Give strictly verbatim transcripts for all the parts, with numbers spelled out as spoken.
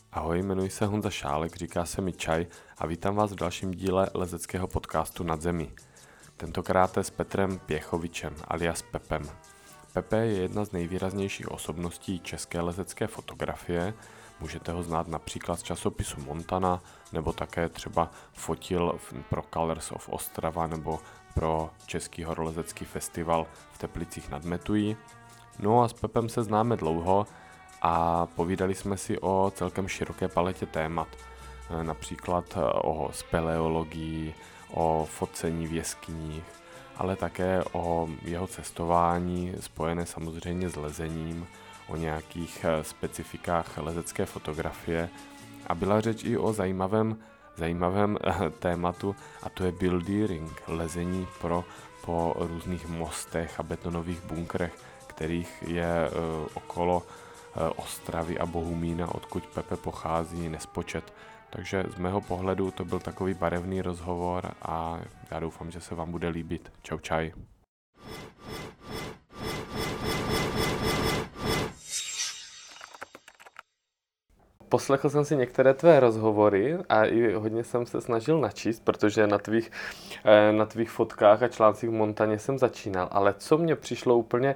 Ahoj, jmenuji se Honza Šálek, říká se mi Čaj a vítám vás v dalším díle lezeckého podcastu Nad zemí. Tentokrát s Petrem Pěchovičem alias Pepem. Pepe je jedna z nejvýraznějších osobností české lezecké fotografie. Můžete ho znát například z časopisu Montana, nebo také třeba fotil pro Colors of Ostrava nebo pro Český horolezecký festival v Teplicích nad Metují. No a s Pepem se známe dlouho a povídali jsme si o celkem široké paletě témat, například o speleologii, o focení v jeskyních, ale také o jeho cestování spojené samozřejmě s lezením, o nějakých specifikách lezecké fotografie a byla řeč i o zajímavém, zajímavém tématu, a to je building, lezení pro, po různých mostech a betonových bunkrech, kterých je uh, okolo uh, Ostravy a Bohumína, odkud Pepe pochází, nespočet. Takže z mého pohledu to byl takový barevný rozhovor a já doufám, že se vám bude líbit. Čau, čaj. Poslechl jsem si některé tvé rozhovory a i hodně jsem se snažil načíst, protože na tvých, na tvých fotkách a článcích v Montaně jsem začínal. Ale co mně přišlo úplně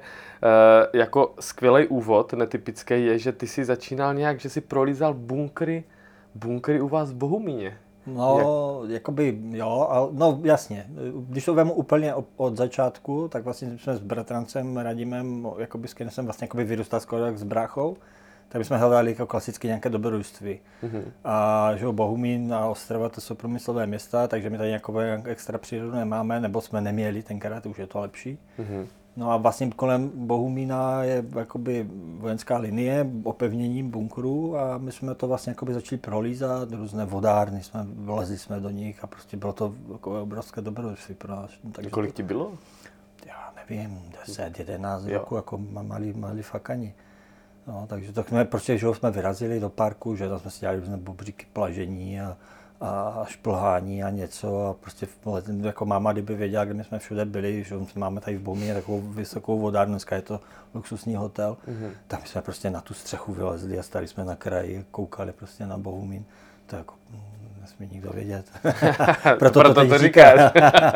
jako skvělý úvod, netypický, je, že ty si začínal nějak, že si prolízal bunkry, bunkry u vás v Bohumíně. No, Jak? jakoby jo, ale no jasně. Když to vemu úplně od začátku, tak vlastně jsme s bratrancem Radimem, jakoby s kterým jsem vlastně jakoby vyrůstal skoro jak s bráchou, tak bychom hledali jako klasicky nějaké dobrodružství. Mm-hmm. A že Bohumín a Ostrava, to jsou průmyslové města, takže my tady nějakou extra přírodu nemáme, nebo jsme neměli tenkrát, už je to lepší. Mm-hmm. No a vlastně kolem Bohumína je jakoby vojenská linie, opevnění bunkrů a my jsme to vlastně jakoby začali prolízat, různé vodárny, jsme vlezli jsme do nich a prostě bylo to jako obrovské dobrodružství pro nás. Takže kolik to, ti bylo? Já nevím, deset, jedenáct roku, jako malí, malí fakani. No, takže tak jsme prostě, že jsme vyrazili do parku, že tam jsme si dělali různé bobříky, plažení a, a šplhání a něco a prostě jako máma, kdyby věděla, kde my jsme všude byli, že máme tady v Bohumíně takovou vysokou vodárnu, dneska je to luxusní hotel, mm-hmm. tak my jsme prostě na tu střechu vylezli a stali jsme na kraji, koukali prostě na Bohumín, to jako nesmí nikdo vědět. Proto, Proto to, to říkáš.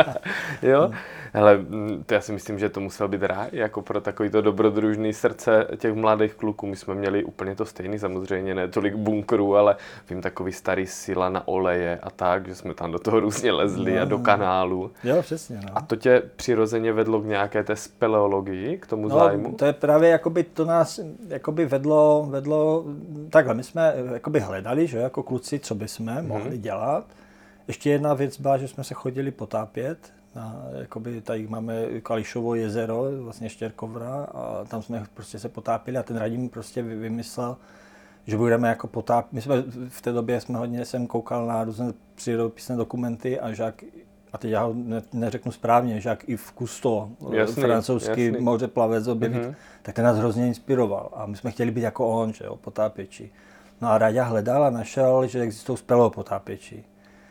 Jo? Hele, to já si myslím, že to musel být ráj, jako pro takovýto dobrodružný srdce těch mladých kluků. My jsme měli úplně to stejný, samozřejmě ne tolik bunkrů, ale vím takový starý sila na oleje a tak, že jsme tam do toho různě lezli no, a do kanálu. Jo, přesně. No. A to tě přirozeně vedlo k nějaké té speleologii, k tomu no, zájmu? To je právě, jakoby to nás jakoby vedlo, vedlo, takhle, my jsme jakoby hledali, že jako kluci, co by jsme hmm. mohli dělat. Ještě jedna věc byla, že jsme se chodili potápět. Na, jakoby tady máme Kališovo jezero, vlastně Štěrkovra a tam jsme prostě se potápili a ten Radim prostě vymyslel, že budeme jako potápět. My jsme v té době jsme hodně, jsem koukal na různé přírodopisné dokumenty a Jacques, a teď já ho ne, neřeknu správně, Jacques Yves Cousteau, jasný, francouzský jasný. mořeplavec objevit, mm-hmm. tak ten nás hrozně inspiroval a my jsme chtěli být jako on, že jo, potápěči. No a Ráďa hledal a našel, že existují speleopotápěči.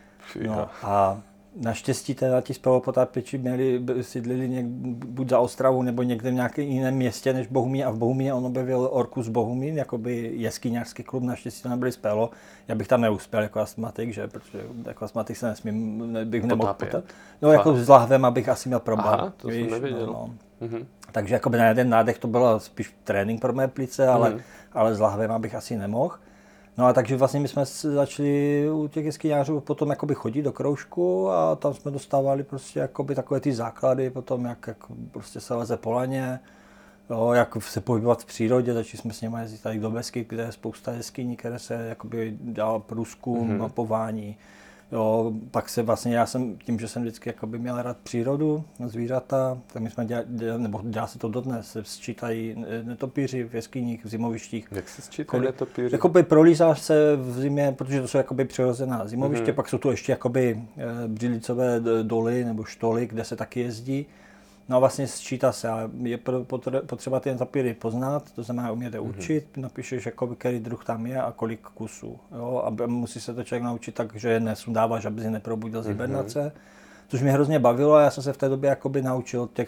No a naštěstí teda ti speleopotápěči měli, sídlili něk, buď za Ostravu nebo někde v nějakém jiném městě než Bohumín a v Bohumíně on objevil Orkus Bohumín, jakoby jeskyňářský klub, naštěstí to nebyli spelo. Já bych tam neuspěl jako astmatik, že, protože jako astmatik se nesmím, ne, bych nemohl potat. No jako s lahvem abych asi měl problém. Aha, to víš, jsem nevěděl. No, no. Mm-hmm. Takže jakoby na jeden nádech to bylo spíš trénink pro mé plice, ale, mm-hmm. ale s lahvem abych asi nemohl. No a takže vlastně my jsme začali u těch jeskyňářů potom jakoby chodit do kroužku a tam jsme dostávali prostě jakoby takové ty základy potom, jak, jak prostě se leze po laně, jo, jak se pohybovat v přírodě, začali jsme s nimi jezdit tady do Besky, kde je spousta jeskyní, které se jakoby dál průzkum, mm-hmm. mapování. Jo, pak se vlastně, já jsem tím, že jsem vždycky jakoby měl rád přírodu, zvířata, tak my jsme dělali, nebo dělá se to dodnes, se sčítají netopíři v jeskyních, v zimovištích. Jak se sčítají netopíři? Jakoby prolízáš se v zimě, protože to jsou jakoby přirozená zimoviště, mm-hmm. pak jsou tu ještě jakoby břidlicové doly nebo štoly, kde se taky jezdí. No a vlastně sčítá se, ale je potřeba ty netopíry poznat, to znamená umět je učit, mm-hmm. napíšeš, jakoby, který druh tam je a kolik kusů. Jo? A musí se to člověk naučit tak, že je nesundáváš, aby si neprobudil z hibernace, mm-hmm. což mě hrozně bavilo a já jsem se v té době jakoby naučil těch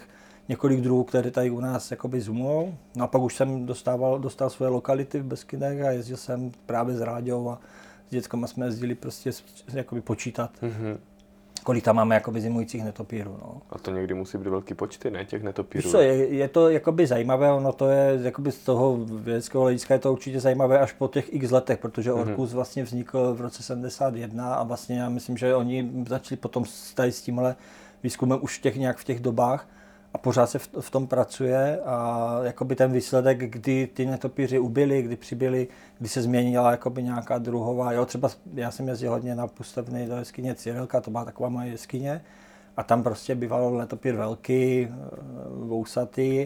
několik druhů, které tady u nás jakoby zumou. No a pak už jsem dostával, dostal svoje lokality v Beskydech a jezdil jsem právě s Ráďou a s dětskama jsme jezdili prostě jakoby počítat. Mm-hmm. Kolik tam máme jakoby zimujících netopírů. No. A to někdy musí být velký počty, ne, těch netopírů? Co, je, je to jakoby zajímavé, ono to je jakoby z toho vědeckého hlediska je to určitě zajímavé až po těch x letech, protože Orkus mm-hmm. vlastně vznikl v roce sedmdesát jedna a vlastně já myslím, že oni začali potom tady s tímhle výzkumem už v těch, nějak v těch dobách a pořád se v, v tom pracuje a jakoby ten výsledek, kdy ty netopíři ubyli, kdy přibyli, kdy se změnila jakoby nějaká druhová, jo, třeba já jsem jezdil hodně na pustevny do jeskyně Cyrilka, to byla taková moje jeskyně a tam prostě býval netopír velký, vousatý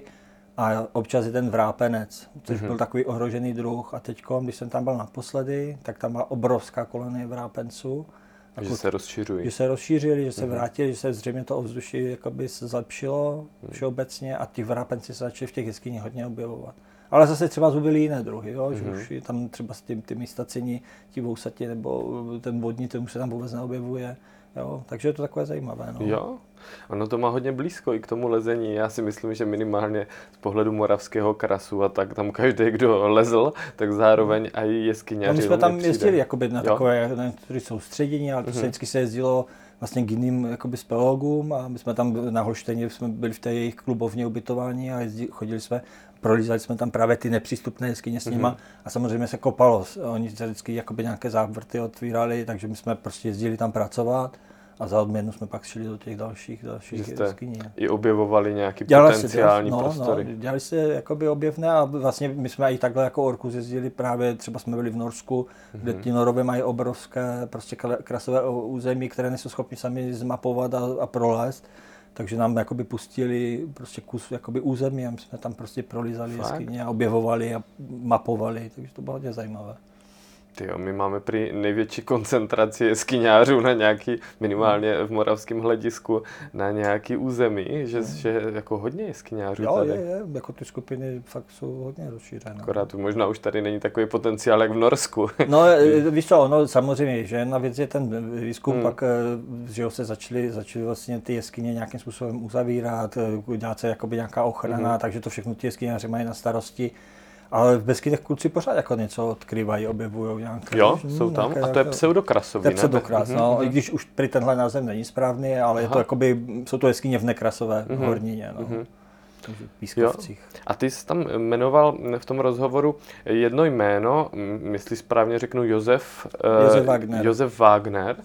a občas je ten vrápenec, což mm-hmm. byl takový ohrožený druh a teďko, když jsem tam byl naposledy, tak tam byla obrovská kolonie vrápenců. Že jako, se rozšiřují. Že se rozšířili, že se vrátili, že se zřejmě to ovzduší jakoby se zlepšilo všeobecně a ti vrápenci se začali v těch jeskyních hodně objevovat. Ale zase třeba zubili jiné druhy, jo? Že mm-hmm. už je tam třeba s tím, ty místacini, ti vousati nebo ten vodní, ten už se tam vůbec neobjevuje. Jo? Takže je to takové zajímavé. No. Jo, ono to má hodně blízko i k tomu lezení. Já si myslím, že minimálně z pohledu moravského krasu a tak tam každý, kdo lezl, tak zároveň i jeskyňáři. No, my jsme tam jezdili jakoby na jo? takové na soustředění, ale to mm-hmm. se vždycky se jezdilo vlastně k jiným jakoby speleologům a my jsme tam na Holštejně jsme byli v té jejich klubovně ubytování a jezdili, chodili jsme, prolízali jsme tam právě ty nepřístupné jeskyně s nima mm-hmm. a samozřejmě se kopalo. Oni se vždycky jakoby nějaké závrty otvírali, takže my jsme prostě jezdili tam pracovat. A za odměnu jsme pak šli do těch dalších, dalších jeskyní. I objevovali nějaký dělali potenciální se, no, prostory. No, dělali se jakoby objevné a vlastně my jsme i takhle jako Orkus jezdili právě, třeba jsme byli v Norsku, mm-hmm. kde ti Norové mají obrovské prostě krasové území, které nejsou schopni sami zmapovat a, a prolézt. Takže nám jakoby pustili prostě kus jakoby území a my jsme tam prostě prolízali jeskyně a objevovali a mapovali, takže to bylo hodně zajímavé. Tyjo, my máme prý největší koncentraci jeskyňářů na nějaký, minimálně v moravském hledisku, na nějaký území, že, mm. že jako hodně jeskyňářů jo, tady. Jo, je, jako ty skupiny fakt jsou hodně rozšířené. Akorát možná už tady není takový potenciál, jak v Norsku. No víš co, no samozřejmě, že jedna věc je ten výzkum, mm. pak že se začaly, začaly vlastně ty jeskyně nějakým způsobem uzavírat, dělat se jakoby nějaká ochrana, mm. takže to všechno ty jeskyňáři mají na starosti. Ale v Beskydech kluci pořád jako něco odkryvají, objevují nějaké. Jo, jsou tam. Nějaké, a to je pseudokrasový, ne? To je pseudokras, no, mm-hmm. i když už prý tenhle název není správný, ale je to jakoby, jsou to jeskyně v nekrasové mm-hmm. hornině, no. Mm-hmm. Takže v Pískovcích. Jo. A ty jsi tam jmenoval v tom rozhovoru jedno jméno, jestli správně řeknu Josef, Josef Wagner. Josef Wagner.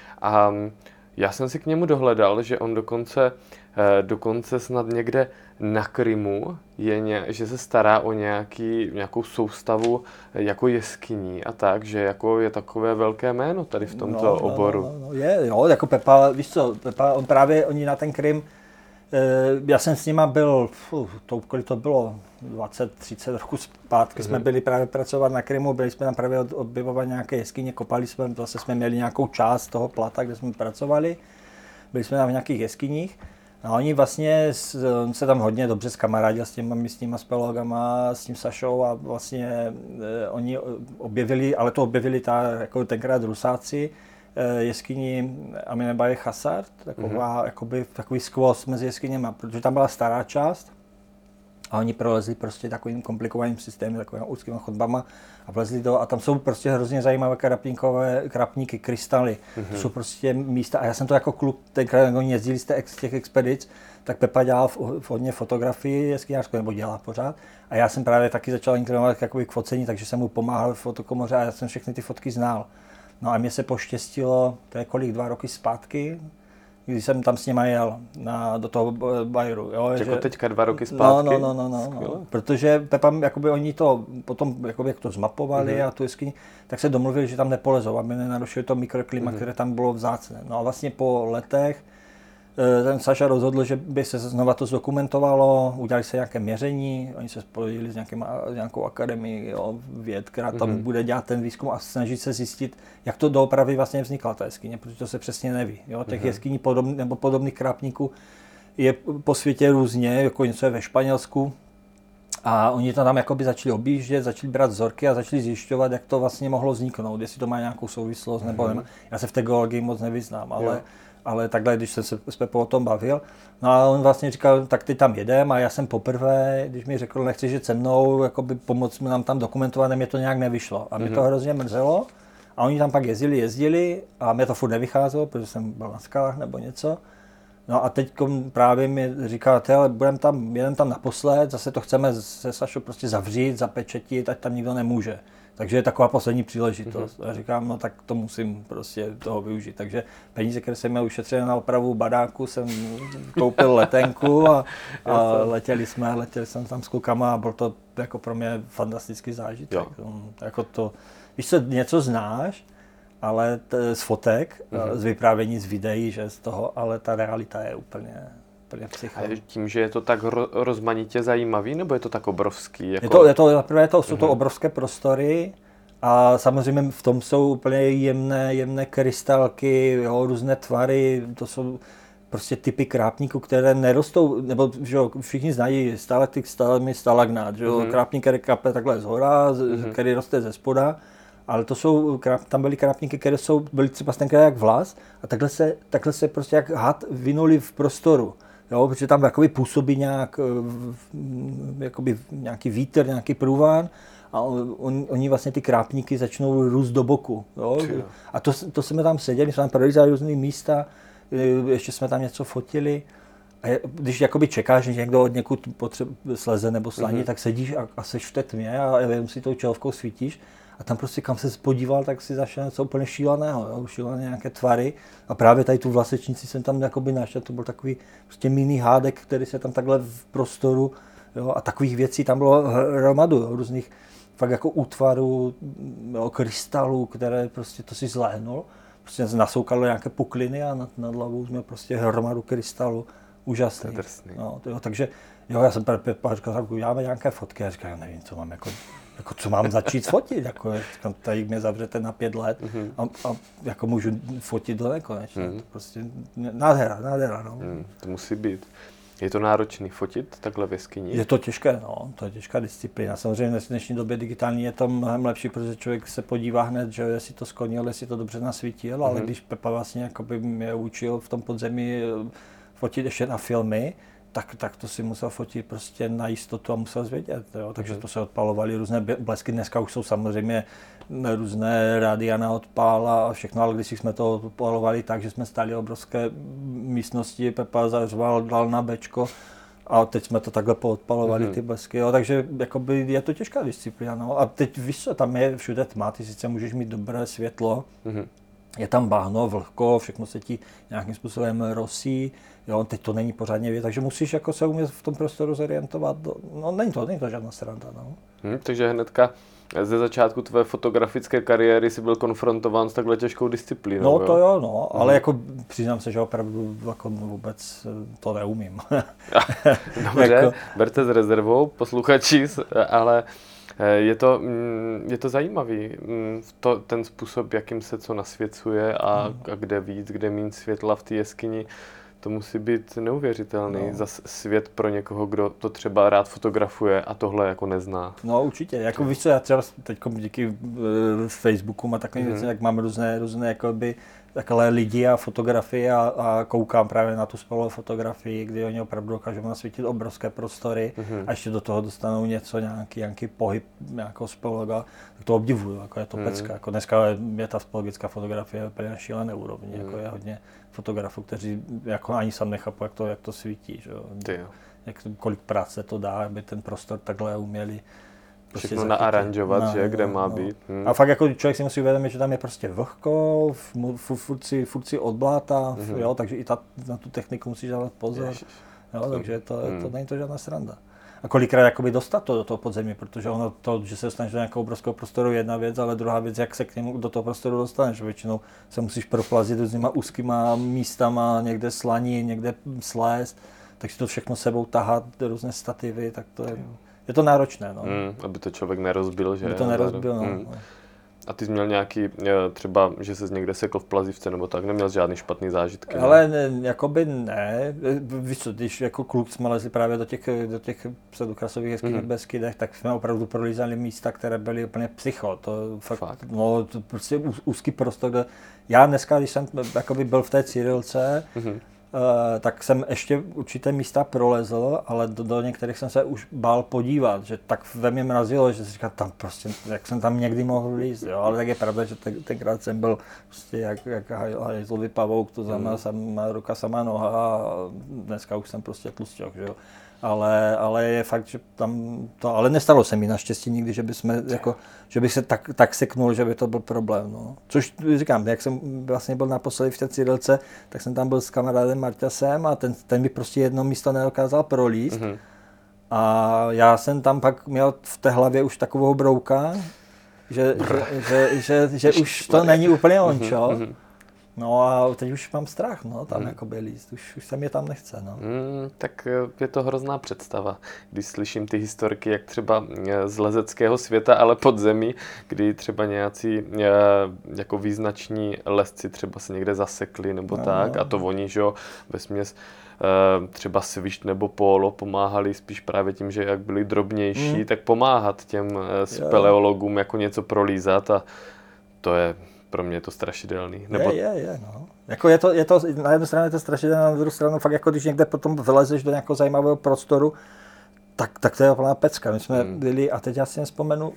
A já jsem si k němu dohledal, že on dokonce, dokonce snad někde na Krymu je, ně, že se stará o nějaký, nějakou soustavu jako jeskyní a tak, že jako je takové velké jméno tady v tomto no, oboru. No, no, no, je, jo, jako Pepa, víš co, Pepa, on právě, oni na ten Krym, já jsem s nima byl, fuh, to, kolik to bylo, dvacet třicet roku zpátky, mm-hmm. jsme byli právě pracovat na Krymu, byli jsme tam právě objevovat nějaké jeskyně, kopali jsme, zase jsme měli nějakou část toho plata, kde jsme pracovali, byli jsme tam v nějakých jeskyních. A oni vlastně se tam hodně dobře zkamarádili s těma místníma speleologama, s tím Sašou a vlastně eh, oni objevili, ale to objevili ta, jako tenkrát Rusáci, eh, jeskyni Aminebaje Chasard, taková, mm-hmm. jakoby, takový skvost mezi jeskyněma, protože tam byla stará část a oni prolezli prostě takovým komplikovaným systémem, takovými úzkými chodbama a vlezli do, a tam jsou prostě hrozně zajímavé krapníkové, krapníky, krystaly. Mm-hmm. To jsou prostě místa, a já jsem to jako kluk, tenkrát, jak oni jezdili z těch expedic, tak Pepa dělal hodně fotografii jeskyňářskou, nebo dělá pořád. A já jsem právě taky začal inklinovat jakoby k focení, takže jsem mu pomáhal v fotokomoře a já jsem všechny ty fotky znal. No a mně se poštěstilo, to je kolik, dva roky zpátky, když jsem tam s nima jel na, do toho Bajíru. Jo, jako že, teďka dva roky zpátky? No, no, no, no, no, no. Protože Pepa, jakoby oni to potom, jakoby, jak to zmapovali mm-hmm. a tu jeskyni, tak se domluvili, že tam nepolezou, aby nenarušili to mikroklima, mm-hmm. které tam bylo vzácné. No a vlastně po letech ten Saša rozhodl, že by se znova to zdokumentovalo, udělali se nějaké měření, oni se spojili s, nějakým, s nějakou akademií jo, věd, která tam mm-hmm. bude dělat ten výzkum a snažit se zjistit, jak to doopravdy vlastně vznikla ta jeskyně, protože to se přesně neví. Jo. Těch mm-hmm. jeskyní podobný, nebo podobných krápníků je po světě různě, jako něco je ve Španělsku. A oni to tam jakoby začali objíždět, začali brát vzorky a začali zjišťovat, jak to vlastně mohlo vzniknout, jestli to má nějakou souvislost, mm-hmm. nebo nevím. Já se v té geologii moc nevyznám, ale ale takhle, když jsem se s Pepou o tom bavil, no a on vlastně říkal, tak ty tam jedem a já jsem poprvé, když mi řekl, nechceš jít se mnou, jakoby pomoct mi nám tam dokumentovat, mě to nějak nevyšlo a mě mm-hmm. to hrozně mrzelo a oni tam pak jezdili, jezdili a mě to furt nevycházelo, protože jsem byl na skalách nebo něco. No a teď právě mi říká, ale budeme tam, jedem tam naposled, zase to chceme se Sašou prostě zavřít, zapečetit, ať tam nikdo nemůže. Takže je taková poslední příležitost. Mm-hmm. A říkám, no tak to musím prostě toho využít. Takže peníze, které jsem měl ušetřené na opravu badáku, jsem koupil letenku a, a letěli jsme, letěli jsem tam s klukama a byl to jako pro mě fantastický zážitek. Um, jako to, víš co, něco znáš, ale t- z fotek, mm-hmm. z vyprávění, z videí, že z toho, ale ta realita je úplně, úplně psycho. A tím, že je to tak ro- rozmanitě zajímavý, nebo je to tak obrovský? Jako... Je to, je to, zaprvé to, jsou to mm-hmm. obrovské prostory a samozřejmě v tom jsou úplně jemné, jemné krystalky, jo, různé tvary, to jsou prostě typy krápníků, které nerostou, nebo že jo, všichni znají stalaktik, stalagmit, stalagnát, že jo, mm-hmm. krápník, který kape takhle zhora, mm-hmm. který roste ze spoda. Ale to jsou, tam byly krápníky, které jsou, byly třeba tenkrát jak vlas a takhle se, takhle se prostě jak had vynuli v prostoru. Jo, protože tam jakoby působí nějak, jakoby nějaký vítr, nějaký průván a on, oni vlastně ty krápníky začnou růst do boku. Jo. A to, to jsme tam seděli, jsme tam prolezali různý místa, ještě jsme tam něco fotili. A když jakoby čekáš, že někdo od někud potřeb, sleze nebo slaní, mm-hmm. tak sedíš a, a seš v té tmě a jenom si tou čelovkou svítíš. A tam prostě kam se podíval, tak si zašel něco úplně šíleného, jo? Šílené nějaké tvary. A právě tady tu vlasečnici jsem tam jakoby našel, to byl takový prostě mini hádek, který se tam takhle v prostoru, jo? A takových věcí tam bylo hromadu, jo? Různých fakt jako útvarů, jo? Krystalů, které prostě to si zléhnul. Prostě nasoukalo nějaké pukliny a nad, nad hlavou jsme prostě hromadu krystalů. Úžasný. No, jo, takže jo, já jsem říkal, tak uděláme nějaké fotky. Já říkal, já nevím, co mám jako... Jako co mám začít fotit, jako tady mě zavřete na pět let mm-hmm. a, a jako můžu fotit do nekonečna. Mm. To prostě nádhera, nádhera, no. Mm, to musí být. Je to náročný fotit takhle v jeskyni? Je to těžké, no, to je těžká disciplína. Samozřejmě v dnešní době digitální je to mnohem lepší, protože člověk se podívá hned, že jestli to sklonil, jestli to dobře nasvítil, mm. ale když Pepa vlastně jakoby mě učil v tom podzemí fotit ještě na filmy, Tak, tak to si musel fotit prostě na jistotu a musel zvědět, jo? Takže to se odpalovaly různé blesky, dneska už jsou samozřejmě různé rádia na odpál a všechno, ale když jsme to odpalovali tak, že jsme stáli v obrovské místnosti, Pepa zařval, dal na bečko a teď jsme to takhle poodpalovali mm-hmm. ty blesky, jo? Takže jakoby je to těžká disciplína, no? A teď víš co, tam je všude tma, ty sice můžeš mít dobré světlo, mm-hmm. je tam bahno, vlhko, všechno se ti nějakým způsobem rosí, jo, teď to není pořádně vědět, takže musíš jako se umět v tom prostoru zorientovat. No není to, není to žádná sranda, no. Hmm, takže hnedka ze začátku tvé fotografické kariéry jsi byl konfrontován s takhle těžkou disciplínou. No to jo, no, hmm. ale jako přiznám se, že opravdu jako vůbec to neumím. Dobře, jako... berte s rezervou, posluchači, ale je to, je to zajímavý, to, ten způsob, jakým se co nasvěcuje a, hmm. a kde víc, kde méně světla v té jeskyni. To musí být neuvěřitelný no. Zas svět pro někoho, kdo to třeba rád fotografuje a tohle jako nezná. No určitě, jako víš co, já třeba teď díky uh, Facebooku a takové věci, mm. jak mám různé, různé jakoby, takové lidi a fotografie a, a koukám právě na tu spolu fotografii, kdy oni opravdu dokážou nasvítit obrovské prostory mm. a ještě do toho dostanou něco, nějaký, nějaký pohyb nějakého spologa, tak to obdivuju, jako je to mm. pecka. Jako dneska je ta spologická fotografie úplně na šílené úrovni, mm. jako je hodně fotografů, kteří jako ani sám nechápu, jak to, jak to svítí, že jo. Jak, kolik práce to dá, aby ten prostor takhle uměli prostě všechno naaranžovat, no, že, kde no, má no. být. Hmm. A fakt jako člověk si musí uvědomit, že tam je prostě vlhko, furt si, furt si odbláta, mm-hmm. jo, takže i ta, na tu techniku musíš dávat pozor. Jo, takže to, hmm. to není to žádná sranda. A kolikrát jakoby dostat to do toho podzemí, protože ono to, že se dostaneš do nějakého obrovského prostoru je jedna věc, ale druhá věc, jak se k němu do toho prostoru dostaneš. Většinou se musíš proplazit různýma úzkýma místama, někde slaní, někde slézt, takže to všechno sebou tahat, různé stativy, tak to je, je to náročné. No. Mm, aby to člověk nerozbil, že? Aby to nerozbil, no. Mm. A ty jsi měl nějaký, třeba, že ses někde sekl v plazivce nebo tak, neměl žádný špatný zážitky? Ale ne, jakoby ne. Víš co, když jako kluk jsme lezli právě do těch, do těch pseudokrasových jeskyní mm. v Beskydech, tak jsme opravdu prolízali místa, které byly úplně psycho. To fakt, fakt. No, to prostě úzký prostor, kde já dneska, když jsem jakoby byl v té Cyrilce, mm. Uh, tak jsem ještě určité místa prolezl, ale do, do některých jsem se už bál podívat, že tak ve mě mrazilo, že si říkal, tam prostě, jak jsem tam někdy mohl líst, jo, ale tak je pravda, že ten, tenkrát jsem byl prostě jak, jak hajzlový pavouk, to znamená mm. sama ruka, sama noha a dneska už jsem prostě tlusťok, že jo. Ale, ale je fakt, že tam to, ale nestalo se mi naštěstí nikdy, že by jsme, jako, že bych se tak, tak seknul, že by to byl problém, no. Což říkám, jak jsem vlastně byl naposledy v té Cyrilce, tak jsem tam byl s kamarádem Marťasem a ten, ten mi prostě jedno místo nedokázal prolíst. Mm-hmm. A já jsem tam pak měl v té hlavě už takovou brouka, že, že, že, že, že už to není úplně ončo. Mm-hmm. No a teď už mám strach, no, tam hmm. jakoby líst, už, už se mě tam nechce, no. Hmm, tak je to hrozná představa, když slyším ty historky, jak třeba z lezeckého světa, ale pod zemí, kdy třeba nějací jako význační lezci třeba se někde zasekli nebo no, tak no. A to oni, že jo, vesměs třeba Svišť nebo Pólo pomáhali spíš právě tím, že jak byli drobnější, hmm. tak pomáhat těm speleologům jako něco prolízat a to je... Pro mě je to strašidelný. Nebo... Je, je, je, no. Jako je to, je to, na jednu stranu je to strašidelné, na druhou stranu fakt jako když někde potom vylezeš do nějakého zajímavého prostoru, tak, tak to je úplná pecka. My jsme hmm. byli, a teď já si nespomenu,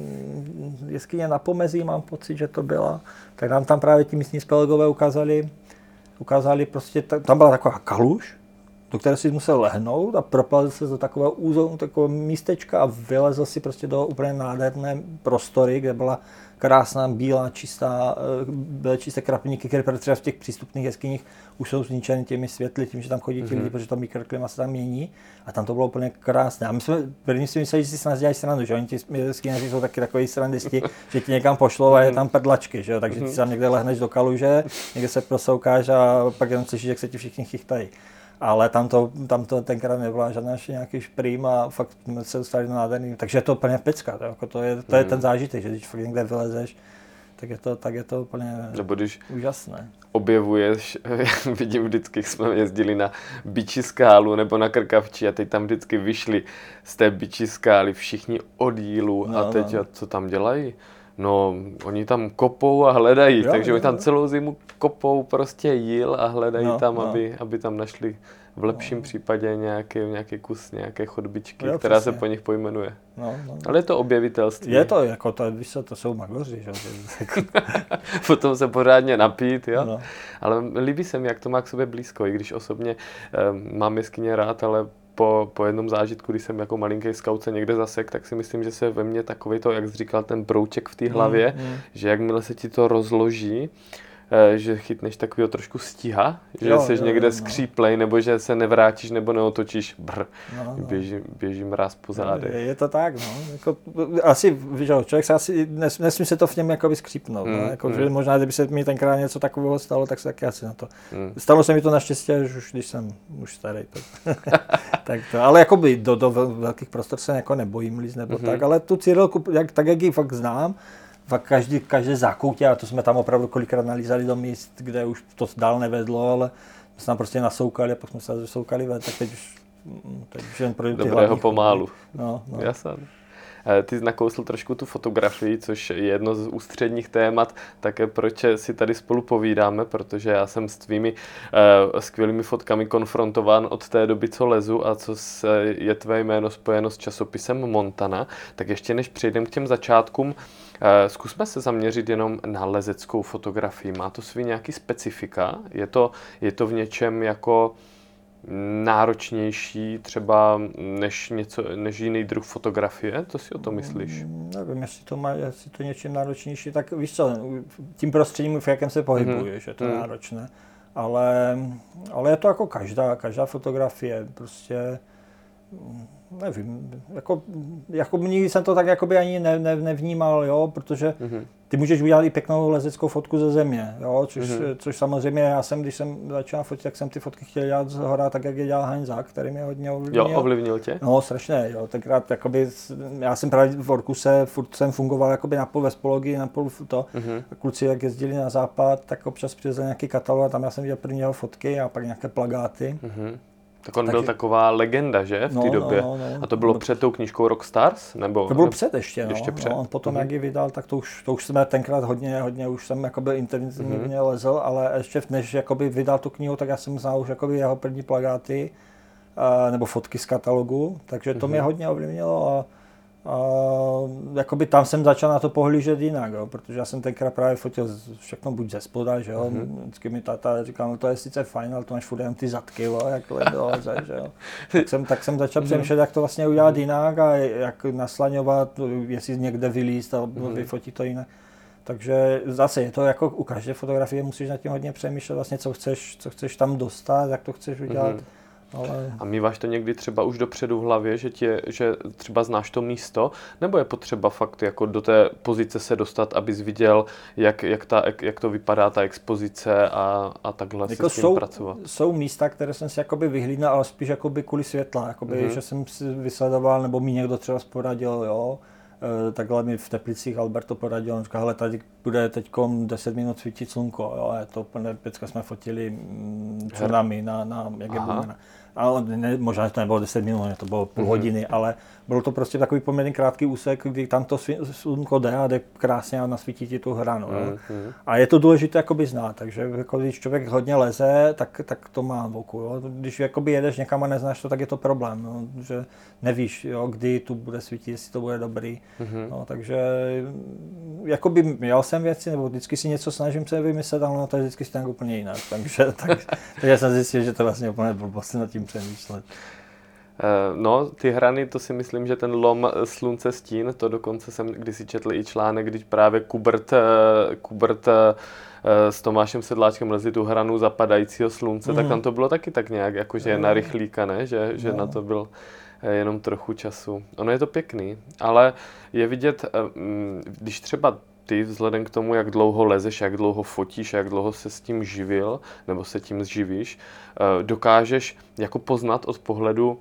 jeskyně na Pomezí, mám pocit, že to byla, tak nám tam právě ti místní speleologové ukázali, ukázali prostě, tam byla taková kaluž, do které si musel lehnout a propal se do takového úzolu, takového místečka a vylezl si prostě do úplně nádherné prostory, kde byla krásná, bílá, čistá, byly čisté krapníky, které třeba v těch přístupných jeskyních už jsou zničeny těmi světly, tím, že tam chodí ti mm-hmm. lidi, protože to mikroklima se tam mění a tam to bylo úplně krásné. A my jsme první si mysleli, že si s nás dělají srandu, že oni ti jeskyněři jsou taky takový srandisti, že ti někam pošlou a je tam prdlačky, že jo, takže ty tam někde lehneš do kaluže, někde se prosoukáš a pak jenom slyšíš, jak se ti všichni chychtají. Ale tam to, tam to tenkrát nebyla žádná nějaký šprým a fakt jsme se dostali do nádherný, takže je to úplně pecka, to, jako to, je, to je ten zážitek, že když fakt někde vylezeš, tak je to, tak je to úplně Nebo když úžasné. Objevuješ, vidím vždycky, jsme jezdili na Bičí skálu nebo na Krkavčí a teď tam vždycky vyšli z té Bičí skály všichni od jílu no, a teď no. co tam dělají? No, oni tam kopou a hledají, jo, takže jo, oni tam jo. celou zimu kopou prostě jíl a hledají no, tam, no. Aby, aby tam našli v lepším no. případě nějaký, nějaký kus, nějaké chodbičky, jo, která přesně. se po nich pojmenuje. No, no. Ale je to objevitelství. Je to, jako to, víš co, to jsou magoři, že? Potom se pořádně napít, jo? No. Ale líbí se mi, jak to má k sobě blízko, i když osobně um, mám jeskyně rád, ale Po, po jednom zážitku, když jsem jako malinký skautce někde zasek, tak si myslím, že se ve mně takový to, jak jsi říkal, ten brouček v té hlavě, mm, mm. že jakmile se ti to rozloží, že chytneš takového trošku stíha, že jo, jsi jo, někde jo, skříplej, no. nebo že se nevrátíš nebo neotočíš, brr, no, no. Běží, běží mráz po zádech. Je, je to tak, no. Jako, asi, víš, člověk se asi, nes, nesmí se to v něm jakoby skřípnout, mm, no. jako, mm. že možná, kdyby se mi tenkrát něco takového stalo, tak se taky asi na to. Mm. Stalo se mi to naštěstí, až už když jsem už starý. Tak, tak to, ale jakoby do, do velkých prostor se jako nebojím líst nebo mm-hmm. tak, ale tu Cyrilku, jak, tak jak ji fakt znám, fakt každý, každé zákoutě, a to jsme tam opravdu kolikrát nalízali do míst, kde už to dál nevedlo, ale jsme se tam prostě nasoukali a pak jsme se zasoukali ven, tak teď už, teď už jen projdu ty Dobrého pomálu. No, no. Jasně. Ty nakousl trošku tu fotografii, což je jedno z ústředních témat, také proč si tady spolu povídáme, protože já jsem s tvými uh, skvělými fotkami konfrontován od té doby, co lezu a co se, je tvé jméno spojeno s časopisem Montana. Tak ještě než přejdeme k těm začátkům, uh, zkusme se zaměřit jenom na lezeckou fotografii. Má to svý nějaký specifika? Je to, je to v něčem jako náročnější třeba než, něco, než jiný druh fotografie? Co si o tom myslíš? Nevím, jestli to má, jestli to něčím náročnější, tak víš co, tím prostředím, v jakém se pohybuješ, mm. je to mm. náročné, ale, ale je to jako každá, každá fotografie, prostě nevím, jako, jako nikdy jsem to tak jakoby ani ne, ne, nevnímal, jo, protože mm-hmm. ty můžeš udělat i pěknou lezeckou fotku ze země, jo, což, mm-hmm. což samozřejmě já jsem, když jsem začal fotit, tak jsem ty fotky chtěl dělat z hora, tak jak je dělal Heinz Zák, který mě hodně ovlivnil. Jo, ovlivnil tě? No, strašně, jo, tenkrát jakoby, já jsem právě v Orkuse, furt jsem fungoval jakoby napůl ve spologii, napůl to, mm-hmm. a kluci jak jezdili na západ, tak občas přivezli nějaký katalog a tam já jsem viděl první jeho fotky a pak nějaké plagáty. Mm-hmm. Tak on Takže... byl taková legenda, že, v té no, době? No, no, no. A to bylo před tou knížkou Rockstars? Nebo... To bylo před ještě, no. ještě před. No, potom, mm-hmm. jak ji vydal, tak to už, to už jsme tenkrát hodně, hodně, už jsem jakoby intenzivně mm-hmm. lezl, ale ještě než jakoby vydal tu knihu, tak já jsem znal už jakoby jeho první plagáty, a, nebo fotky z katalogu, takže to mm-hmm. mě hodně ovlivnilo a, a jakoby tam jsem začal na to pohlížet jinak, jo, protože já jsem tenkrát právě fotil všechno buď ze spoda, že jo, mm-hmm. vždycky mi táta říkal, no to je sice fajn, ale to máš furt jen ty zadky, jo, jak to leze, že jo. Tak jsem, tak jsem začal mm-hmm. přemýšlet, jak to vlastně udělat jinak a jak naslaňovat, jestli někde vylízt a mm-hmm. vyfotit to jinak. Takže zase je to jako u každé fotografie, musíš nad tím hodně přemýšlet, vlastně co chceš, co chceš tam dostat, jak to chceš udělat. Mm-hmm. Ale... A míváš to někdy třeba už dopředu v hlavě, že, tě, že třeba znáš to místo, nebo je potřeba fakt jako do té pozice se dostat, abys viděl, jak, jak, ta, jak to vypadá ta expozice a, a takhle jako si s tím jsou, pracovat? Jsou místa, které jsem si jakoby vyhlídnul, ale spíš jakoby kvůli světla, jakoby, mm-hmm. že jsem si vysledoval, nebo mi někdo třeba poradil, jo. E, takhle mi v Teplicích Alberto poradil, on říkal, hele, tady bude teďkom deset minut svítit slunko, jo, a je to úplně, pěcka jsme fotili mm, tsunami na, na, jak je Bumena. Ale ne, možná to nebylo deset minut, to bylo půl mm-hmm. hodiny, ale bylo to prostě takový poměrně krátký úsek, kdy tam to slunko jde a jde krásně a nasvítí ti tu hranu. Mm-hmm. A je to důležité jakoby znát, takže jako, když člověk hodně leze, tak, tak to má v oku. Jo. Když jakoby jedeš někam a neznáš to, tak je to problém, no, že nevíš, jo, kdy tu bude svítit, jestli to bude dobrý. Mm-hmm. No, takže jakoby měl jsem věci, nebo vždycky si něco snažím se vymyslet, ale no, to je vždycky stejně úplně jinak. Takže, tak, takže jsem zjistil, že to vlastně úplně blbost nad tím přemýšlet. No, ty hrany, to si myslím, že ten lom slunce stín, to dokonce jsem kdysi četl i článek, když právě Kubert, Kubert s Tomášem Sedláčkem lezli tu hranu zapadajícího slunce, mm. tak tam to bylo taky tak nějak, jakože mm. na rychlíka, ne? Že, že no. na to byl jenom trochu času. Ono je to pěkný, ale je vidět, když třeba ty vzhledem k tomu, jak dlouho lezeš, jak dlouho fotíš, jak dlouho se s tím živil, nebo se tím zživíš, dokážeš jako poznat od pohledu,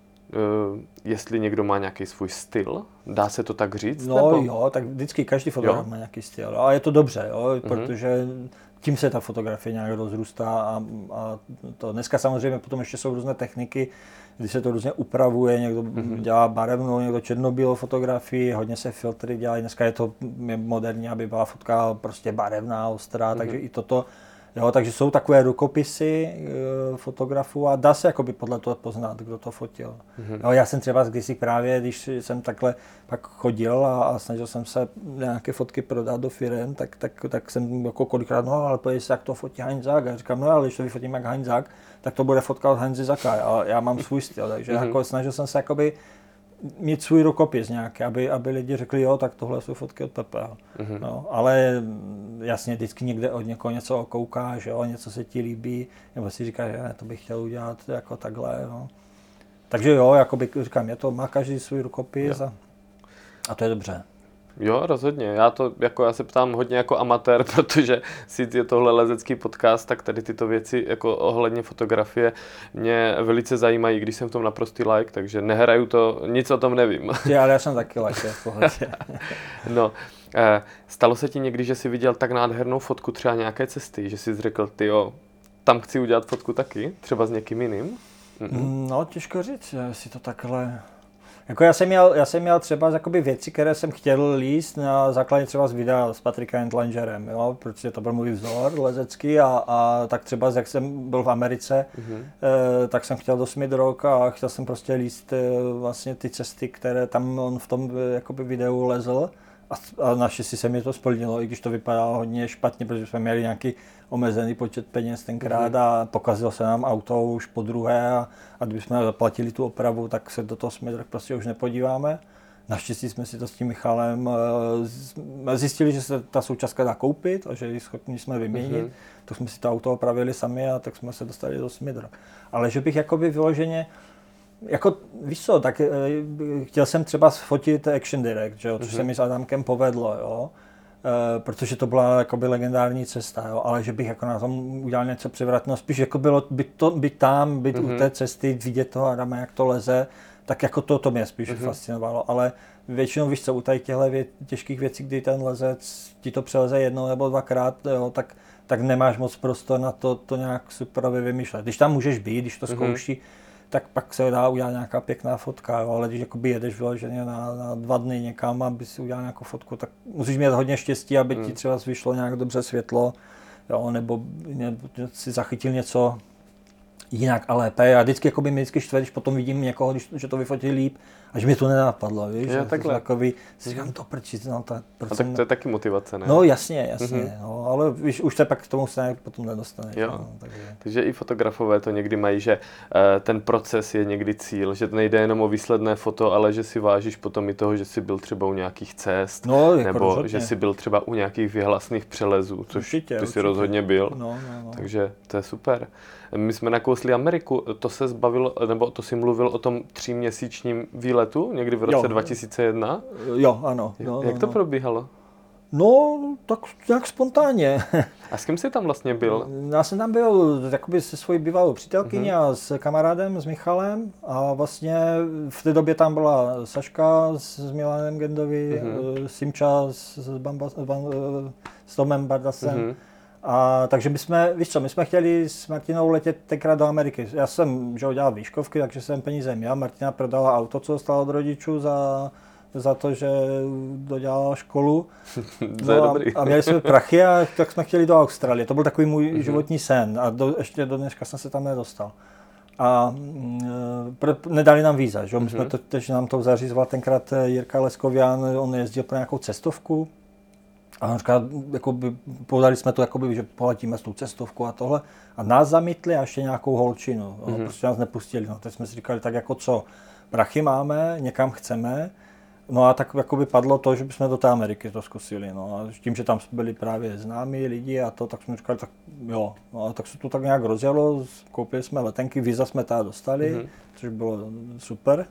jestli někdo má nějaký svůj styl? Dá se to tak říct? No nebo? Jo, tak vždycky každý fotograf má nějaký styl. A je to dobře, jo, mm-hmm. protože tím se ta fotografie nějak rozrůstá a, a to dneska samozřejmě potom ještě jsou různé techniky, kdy se to různě upravuje, někdo mm-hmm. dělá barevnou, někdo černobílou fotografii, hodně se filtry dělají, dneska je to moderní, aby byla fotka prostě barevná, ostrá, mm-hmm. takže i toto. Jo, takže jsou takové rukopisy e, fotografů a dá se jakoby podle toho poznat, kdo to fotil. Mm-hmm. Jo, já jsem třeba kdysi právě, když jsem takhle pak chodil a, a snažil jsem se nějaké fotky prodat do firem, tak, tak, tak jsem jako kolikrát, no ale podívej se, jak to fotí Heinz Zák. A říkám, no ale když to vyfotím jak Heinz Zák, tak to bude fotka od Heinze Záka, a já mám svůj styl, takže mm-hmm. jako snažil jsem se jakoby mít svůj rukopis nějaký, aby, aby lidi řekli, jo, tak tohle jsou fotky od Pepe. Mm-hmm. No, ale jasně, vždycky někde od někoho něco okoukáš, jo, něco se ti líbí, nebo si říkáš, že ne, to bych chtěl udělat jako takhle. No. Takže jo, jakoby, říkám, je to, má každý svůj rukopis a, a to je dobře. Jo, rozhodně. Já to jako já se ptám hodně jako amatér, protože si je tohle lezecký podcast, tak tady tyto věci jako ohledně fotografie mě velice zajímají, když jsem v tom naprostý like, takže nehraju to, nic o tom nevím. Ty, ale já jsem taky like v pohodě. No, stalo se ti někdy, že jsi viděl tak nádhernou fotku třeba nějaké cesty, že jsi řekl, tyjo, tam chci udělat fotku taky, třeba s někým jiným? Mm-mm. No, těžko říct, jestli to takhle... Jako já jsem měl, já jsem měl třeba jakoby věci, které jsem chtěl líst na základě třeba z videa s Patrikem Entlangerem, jo, protože to byl můj vzor lezecký a, a tak třeba jak jsem byl v Americe, mm-hmm. eh, tak jsem chtěl do Smith Rock a chtěl jsem prostě líst eh, vlastně ty cesty, které tam on v tom eh, jakoby videu lezl a, a naštěstí se mi to splnilo, i když to vypadalo hodně špatně, protože jsme měli nějaký omezený počet peněz tenkrát a pokazilo se nám auto už po druhé a, a kdybychom zaplatili tu opravu, tak se do toho Smith Rock prostě už nepodíváme. Naštěstí jsme si to s tím Michalem zjistili, že se ta součástka dá koupit a že ji schopni jsme vyměnit. Mm-hmm. Tak jsme si to auto opravili sami a tak jsme se dostali do Smith Rock. Ale že bych jakoby vyloženě jako víš co, tak e, chtěl jsem třeba sfotit Action Direct, že jo, což mm-hmm. se mi s Adamkem povedlo, jo. Uh, protože to byla jakoby legendární cesta, jo, ale že bych jako na tom udělal něco převratného, spíš jako bylo být, to, být tam, být mm-hmm. u té cesty, vidět toho Adama, jak to leze, tak jako to, to mě spíš mm-hmm. fascinovalo, ale většinou víš co, u tady těchto vě, těžkých věcí, kdy ten lezec ti to přeleze jednou nebo dvakrát, jo, tak, tak nemáš moc prostor na to, to nějak super vymýšlet. Když tam můžeš být, když to zkouší, mm-hmm. tak pak se dá udělat nějaká pěkná fotka, jo, ale když jakoby jedeš vyloženě na, na dva dny někam, aby si udělal nějakou fotku, tak musíš mít hodně štěstí, aby hmm. ti třeba vyšlo nějak dobře světlo, jo, nebo, nebo si zachytil něco jinak a lépe. A vždycky jakoby mě vždycky štve, když potom vidím někoho, když, že to vyfotí líp, až mi to nenapadlo, víš, jo, takhle. Takový, si říkám, to prčit, no to, a tak to je taky motivace, ne? No jasně, jasně, mm-hmm. no, ale víš, už se pak k tomu se potom nedostaneš. Jo. No, takže. takže i fotografové to někdy mají, že uh, ten proces je někdy cíl, že to nejde jenom o výsledné foto, ale že si vážíš potom i toho, že jsi byl třeba u nějakých cest, no, nebo rozhodně. že jsi byl třeba u nějakých vyhlasných přelezů, což určitě, ty určitě. jsi rozhodně byl, no, no, no. takže to je super. My jsme nakousli Ameriku, to se zbavilo, nebo to si mluvil o tom tříměsíčním výletu, někdy v roce jo. dva tisíce jedna? Jo, ano. No, Jak no, to no. probíhalo? No, tak nějak spontánně. A s kým jsi tam vlastně byl? Já jsem tam byl jakoby se svojí bývalou přítelkyní mm-hmm. a s kamarádem, s Michalem a vlastně v té době tam byla Saška s Milanem Gendovi, mm-hmm. Simča s, s, Bamba, s Tomem Bardasem. Mm-hmm. A takže my jsme, víš co, my jsme chtěli s Martinou letět tenkrát do Ameriky. Já jsem, že dělal výškovky, takže jsem peníze měl. Martina prodala auto, co dostala od rodičů za, za to, že dodělala školu. To je no dobrý. A, a měli jsme prachy a tak jsme chtěli do Austrálie. To byl takový můj mm-hmm. životní sen a do, ještě do dneška jsem se tam nedostal. A pr- nedali nám víza, že? My mm-hmm. jsme to, tež nám to zařizoval tenkrát Jirka Leskovian, on jezdil pro nějakou cestovku. A on říkal, jakoby, podali jsme to, jakoby, že poletíme s tou cestovkou a tohle. A nás zamítli a ještě nějakou holčinu. Mm-hmm. No, prostě nás nepustili. No, teď jsme si říkali, tak jako co, prachy máme, někam chceme. No a tak jakoby padlo to, že bychom do té Ameriky to zkusili. No. A tím, že tam byli právě známí lidi a to, tak jsme říkali, tak jo. No a tak se to tak nějak rozjelo, koupili jsme letenky, víza jsme tady dostali, mm-hmm. což bylo super.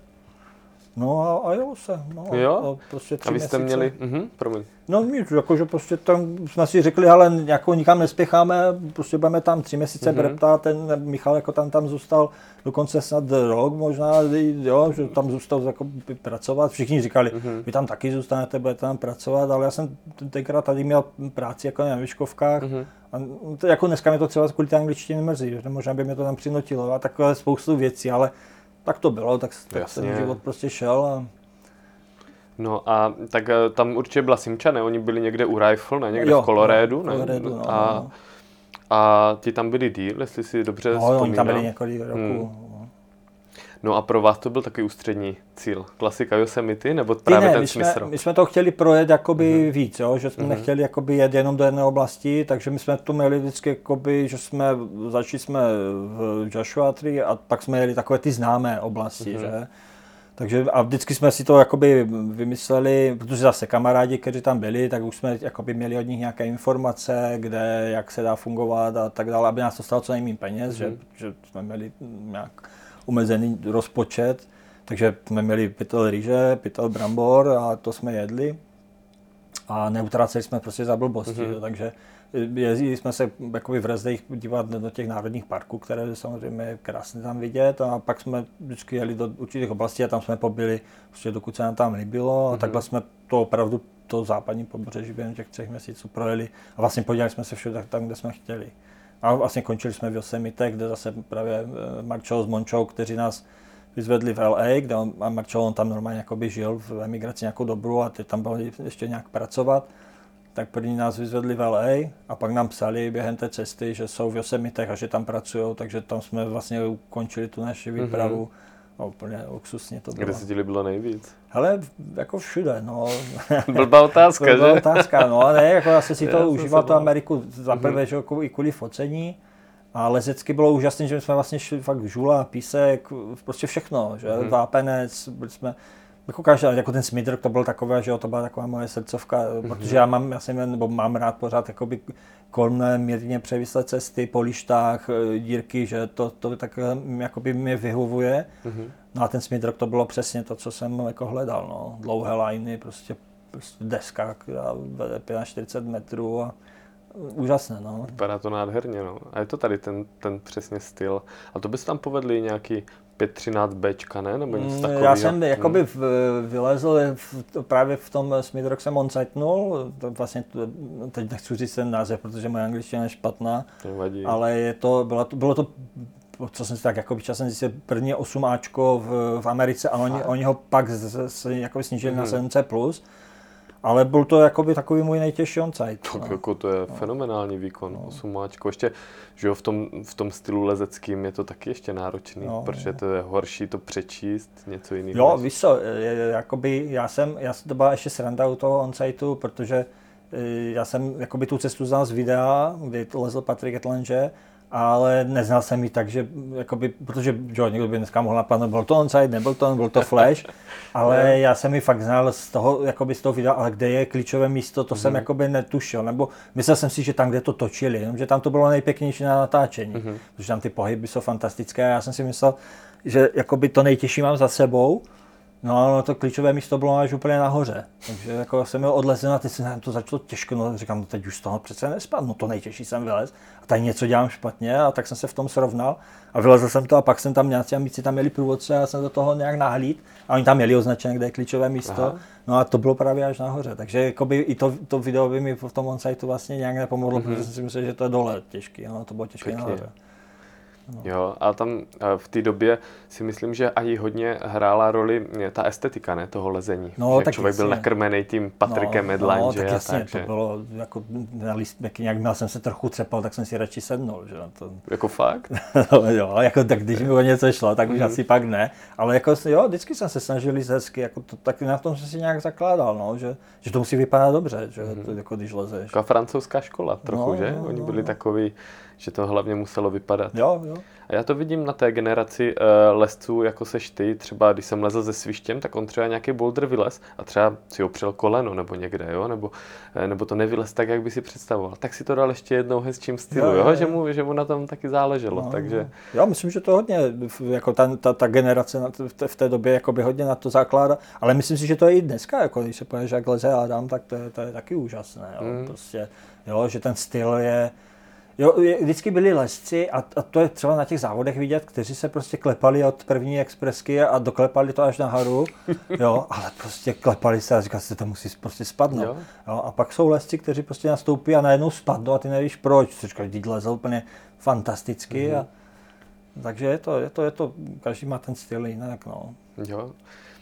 No a, a jelo se. No, jo? A, prostě a vy jste měsíce. měli, mhm, promiň. No nic, jakože prostě tam jsme si řekli, ale jako nikam nespěcháme, prostě budeme tam tři měsíce mm-hmm. breptat, ten Michal jako tam tam zůstal dokonce snad rok možná, jo, že tam zůstal jako pracovat. Všichni říkali, mm-hmm. vy tam taky zůstanete, budete tam pracovat, ale já jsem tenkrát tady měl práci jako na výškovkách mm-hmm. a to, jako dneska mě to třeba kvůli té angličtině mrzí, že možná by mě to tam přinutilo a takové spoustu věcí, ale tak to bylo, tak, tak ten život prostě šel. A... No a tak tam určitě byla Simča, ne? Oni byli někde u Rifle, ne? Někde jo, v Colorédu, ne? Colorado, no, a, no. a ti tam byli díl, jestli si dobře no, vzpomínám. oni tam byli několik roků. Hmm. No a pro vás to byl takový ústřední cíl? Klasika Yosemite, nebo právě ne, ten my Smith jsme, my jsme to chtěli projet jakoby mm-hmm. víc, jo? Že jsme mm-hmm. nechtěli jakoby jet jenom do jedné oblasti, takže my jsme to měli vždycky jakoby, že jsme, začali jsme v Joshua Tree a pak jsme jeli takové ty známé oblasti, mm-hmm. že? Takže a vždycky jsme si to jakoby vymysleli, protože zase kamarádi, kteří tam byli, tak už jsme jakoby měli od nich nějaké informace, kde, jak se dá fungovat a tak dále, aby nás to stalo co nejméně peněz, mm-hmm. že, že jsme měli nějak omezený rozpočet, takže jsme měli pytel rýže, pytel brambor a to jsme jedli a neutráceli jsme prostě za blbosti, mm-hmm. takže jezdili jsme se jakoby v Rezdech dívat do těch národních parků, které samozřejmě je krásně tam vidět a pak jsme vždycky jeli do určitých oblastí a tam jsme pobyli, prostě dokud se nám tam líbilo a mm-hmm. takhle jsme to opravdu to západní pobřeží během těch třech měsíců projeli a vlastně podívali jsme se všude tam, kde jsme chtěli. A vlastně končili jsme v Yosemite, kde zase právě Marčo s Mončou, kteří nás vyzvedli v L A, kde on, a Marčo on tam normálně jakoby žil v emigraci nějakou dobu a ty tam byli ještě nějak pracovat. Tak první nás vyzvedli v L A a pak nám psali během té cesty, že jsou v Yosemite a že tam pracují, takže tam jsme vlastně ukončili tu naši výpravu. Mm-hmm. No, úplně luxusně to bylo. Kde se ti líbilo nejvíc? Hele, jako všude, no. Blbá otázka, že? Blbá otázka, no, ale ne, jako zase si to užíval tu Ameriku za prvé, mm-hmm. že jako i kvůli focení. A lezecky bylo úžasné, že jsme vlastně šli fakt žula, písek, prostě všechno, že? Mm-hmm. Vápenec, byli jsme jako každý, jako ten Smith Rock to byl takové, že jo, to byla taková moje srdcovka, mm-hmm. protože já mám, já jsem, nebo mám rád pořád jakoby kolmé mírně převislé cesty, po lištách, dírky, že to, to tak jakoby mě vyhovuje. Mm-hmm. No a ten Smith Rock to bylo přesně to, co jsem jako hledal, no. Dlouhé liny, prostě, prostě deska, která vede čtyřicet pět metrů a úžasné, no. Vypadá to nádherně, no. A je to tady ten, ten přesně styl. A to bys tam povedli nějaký pět třináct Bčka, ne? Nebo něco takového? Já jsem jakoby v, vylezl v, právě v tom Smith Rock jsem on-sitenul, to vlastně to, teď nechci říct ten název, protože moje angličtina je špatná, ale je to, bylo to, bylo to co jsem si tak jako časem zjistil, první osm Ačko v, v Americe a oni, oni ho pak z, z, jako snížili mm-hmm. na sedm C plus. Ale byl to jakoby takový můj nejtěžší on-site. No. Jako to je no. fenomenální výkon, no. osm Ačko. Ještě, že jo, v tom, v tom stylu lezeckým je to taky ještě náročný, no, protože to je horší to přečíst, něco jiného. Jo, víš co, jakoby já jsem, já jsem to byla ještě sranda u toho on-siteu, protože já jsem jakoby tu cestu znal z videa, kdy lezl Patrick Etlanger, ale neznal jsem ji tak, že jakoby, protože jo, někdo by dneska mohl napadnout, byl to on-site, nebyl to, byl to flash, ale já jsem ji fakt znal z toho, jakoby z toho videa, ale kde je klíčové místo, to mm-hmm. jsem jakoby netušil, nebo myslel jsem si, že tam, kde to točili, že tam to bylo nejpěknější na natáčení, mm-hmm. protože tam ty pohyby jsou fantastické a já jsem si myslel, že jakoby to nejtěžší mám za sebou. No, no to klíčové místo bylo až úplně nahoře, takže jako jsem ho odlezl a teď se nám to začalo těžko, no říkám, no teď už z toho přece nespadnu, no to nejtěžší jsem vylez a tady něco dělám špatně a tak jsem se v tom srovnal a vylezl jsem to a pak jsem tam nějací amici tam měli průvodce a já jsem do toho nějak nahlíd a oni tam měli označené, kde je klíčové místo. Aha. No a to bylo právě až nahoře, takže jakoby i to, to video by mi v tom on-siteu vlastně nějak nepomohlo, mm-hmm. protože jsem si myslel, že to je dole těžký, no to bylo těžké nahoře. No. Jo, a tam v té době si myslím, že i hodně hrála roli ta estetika, ne, toho lezení. No, že tak člověk jasně. byl nakrmenej tím Patrickem no, Medline, no, že? tak jasně, takže... to bylo jako na lístmek, nějak měl jsem se trochu třepal, tak jsem si radši sednul, že to... Jako fakt? Jo, jako tak když mi o něco šlo, tak už mm. asi pak ne, ale jako jo, vždycky jsem se snažil jít hezky, jako to, tak na tom jsem si nějak zakládal, no, že, že to musí vypadat dobře, že mm. to, jako když lezeš. Jako francouzská škola trochu, no, že? No, Oni no, byli no. takový, že to hlavně muselo vypadat. Jo, jo. A já to vidím na té generaci uh, lezců, jako seš ty, třeba když jsem lezl se Svištěm, tak on třeba nějaký boulder vylez a třeba si opřel koleno nebo někde, jo, nebo, nebo to nevylez tak, jak by si představoval. Tak si to dal ještě jednou hezčím stylu, jo, jo, jo. Že, mu, že mu na tom taky záleželo, no, takže... Já myslím, že to hodně, jako ta, ta, ta generace v té, v té době jakoby hodně na to zakládá, ale myslím si, že to je i dneska, jako když se pověš, jak leze Adam, tak to je, to je taky úžasné, jo, mm. prostě, jo, že ten styl je... Jo, vždycky byli lezci a, a to je třeba na těch závodech vidět, kteří se prostě klepali od první expresky a doklepali to až na horu, jo, ale prostě klepali se a říkali si, to musí prostě spadnout. Jo. Jo, a pak jsou lezci, kteří prostě nastoupí a najednou spadnou a ty nevíš proč, což každý lezl úplně fantasticky. Mm-hmm. A, takže je to, je to, je to, každý má ten styl jinak, no. Jo.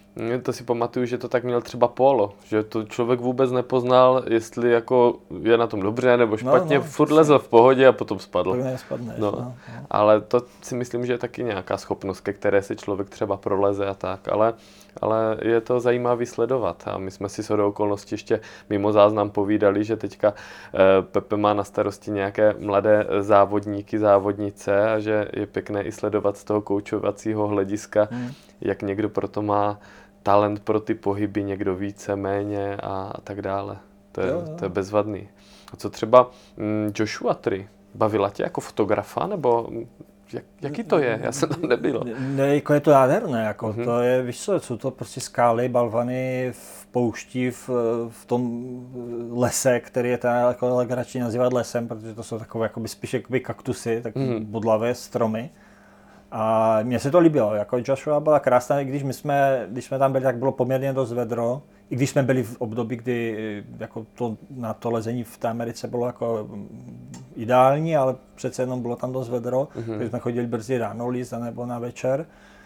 To si pamatuju, že to tak měl třeba Polo, že to člověk vůbec nepoznal, jestli jako je na tom dobře nebo špatně, no, no, furt lezl v pohodě a potom spadl. Tak nespadneš, no. No, no. Ale to si myslím, že je taky nějaká schopnost, ke které si člověk třeba proleze a tak, ale, ale je to zajímavý sledovat a my jsme si shodou okolností ještě mimo záznam povídali, že teďka eh, Pepe má na starosti nějaké mladé závodníky, závodnice a že je pěkné i sledovat z toho koučovacího hlediska, hmm. jak někdo proto má talent pro ty pohyby, někdo více, méně a, a tak dále. To je, jo, jo. to je bezvadný. A co třeba mm, Joshua Tree? Bavila tě jako fotografa, nebo jak, jaký to je? Já jsem tam nebyl. Ne, jako je to nádherné, jako mm-hmm. to je, víš co, jsou to prostě skály, balvany v poušti, v, v tom lese, který je teda jako legrační nazývat lesem, protože to jsou takové jakoby, spíš jakoby kaktusy, takové mm-hmm. bodlavé stromy. A mně se to líbilo, jako Joshua byla krásná, i když my jsme, když jsme tam byli, tak bylo poměrně dost vedro, i když jsme byli v období, kdy jako to, na to lezení v té Americe bylo jako ideální, ale přece jenom bylo tam dost vedro, mm-hmm. takže jsme chodili brzy ráno líst nebo na večer.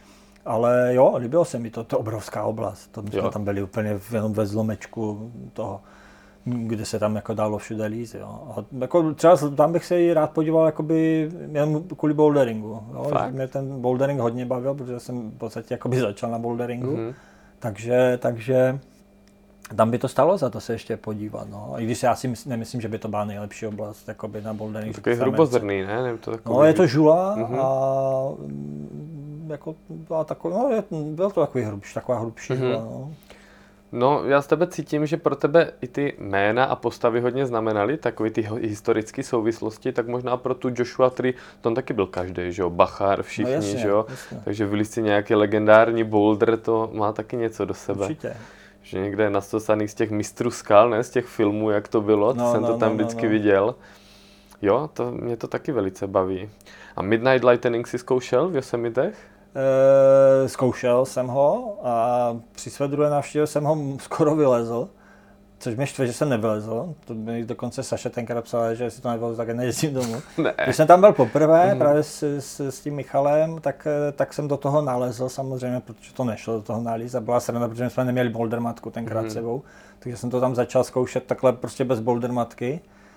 Ale jo, líbilo se mi to, to je obrovská oblast, to my jsme tam byli úplně jenom ve zlomečku toho, kde se tam jako dalo všude líst, jo. A jako třeba tam bych se i rád podíval jakoby jen kvůli boulderingu, jo. Mě ten bouldering hodně bavil, protože jsem v podstatě jakoby začal na boulderingu, mm-hmm. takže, takže tam by to stalo za to se ještě podívat, no. I když já si mysl, nemyslím, že by to byla nejlepší oblast jakoby na bouldering. Takový hrubozrný, ne? To no, je to žula mm-hmm. a jako byla takový, no, byl to takový hrubší, taková hrubší. Mm-hmm. No. No, já z tebe cítím, že pro tebe i ty jména a postavy hodně znamenaly, takový ty historické souvislosti, tak možná pro tu Joshua Tree, tam taky byl každý, že jo, Bachar, všichni, no jasně, že jo, jasně. Takže vylíst nějaký legendární boulder, to má taky něco do sebe. Určitě. Že někde je nastosaný z těch mistrů skal, ne, z těch filmů, jak to bylo, no, jsem no, to tam no, vždycky no, no. viděl. Jo, to mě to taky velice baví. A Midnight Lightning si zkoušel v Yosemitech? E, zkoušel jsem ho a při své druhé návštěvě jsem ho skoro vylezl, což mě štve, že jsem nevylezl. To mi dokonce Saša tenkrát psala, že si to nevylezl, tak nejezdím domů. Ne. Když jsem tam byl poprvé mm. právě s, s, s tím Michalem, tak, tak jsem do toho nalezl samozřejmě, protože to nešlo do toho nalízt a byla sranda, protože jsme neměli boulder matku tenkrát mm. sebou, takže jsem to tam začal zkoušet takhle prostě bez boulder matky.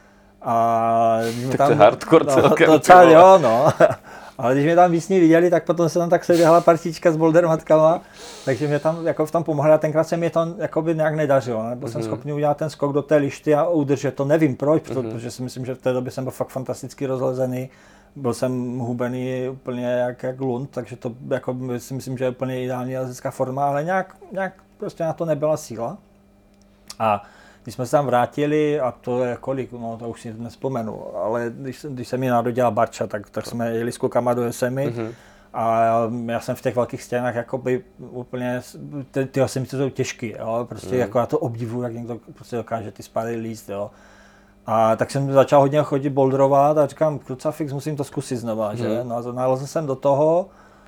A tak tam, to je hardcore no, celkem. Docela jo, no. Ale když mě tam víc viděli, tak potom se tam tak seběhla partička s boulder matkama, takže mě tam jako v tom pomohla. Tenkrát se mi to jakoby nějak nedařilo, nebyl mm-hmm. jsem schopný udělat ten skok do té lišty a udržet to. Nevím proč, mm-hmm. protože si myslím, že v té době jsem byl fakt fantasticky rozlezený. Byl jsem hubený úplně jak, jak lund, takže to jako si myslím, že je úplně ideální lezecká forma, ale nějak, nějak prostě na to nebyla síla. A když jsme se tam vrátili, a to je kolik, no to už si nespomenu, ale když, když se mi narodila Barča, tak, tak jsme jeli s klukama do Yosemite mm-hmm. a já jsem v těch velkých stěnách jakoby úplně, ty, ty Yosemite jsou těžký, jo, prostě mm. jako já to obdivuju, jak někdo prostě dokáže ty spady líst, jo. A tak jsem začal hodně chodit boulderovat a říkám, krucafix, musím to zkusit znova, mm. že, no a nalezl jsem do toho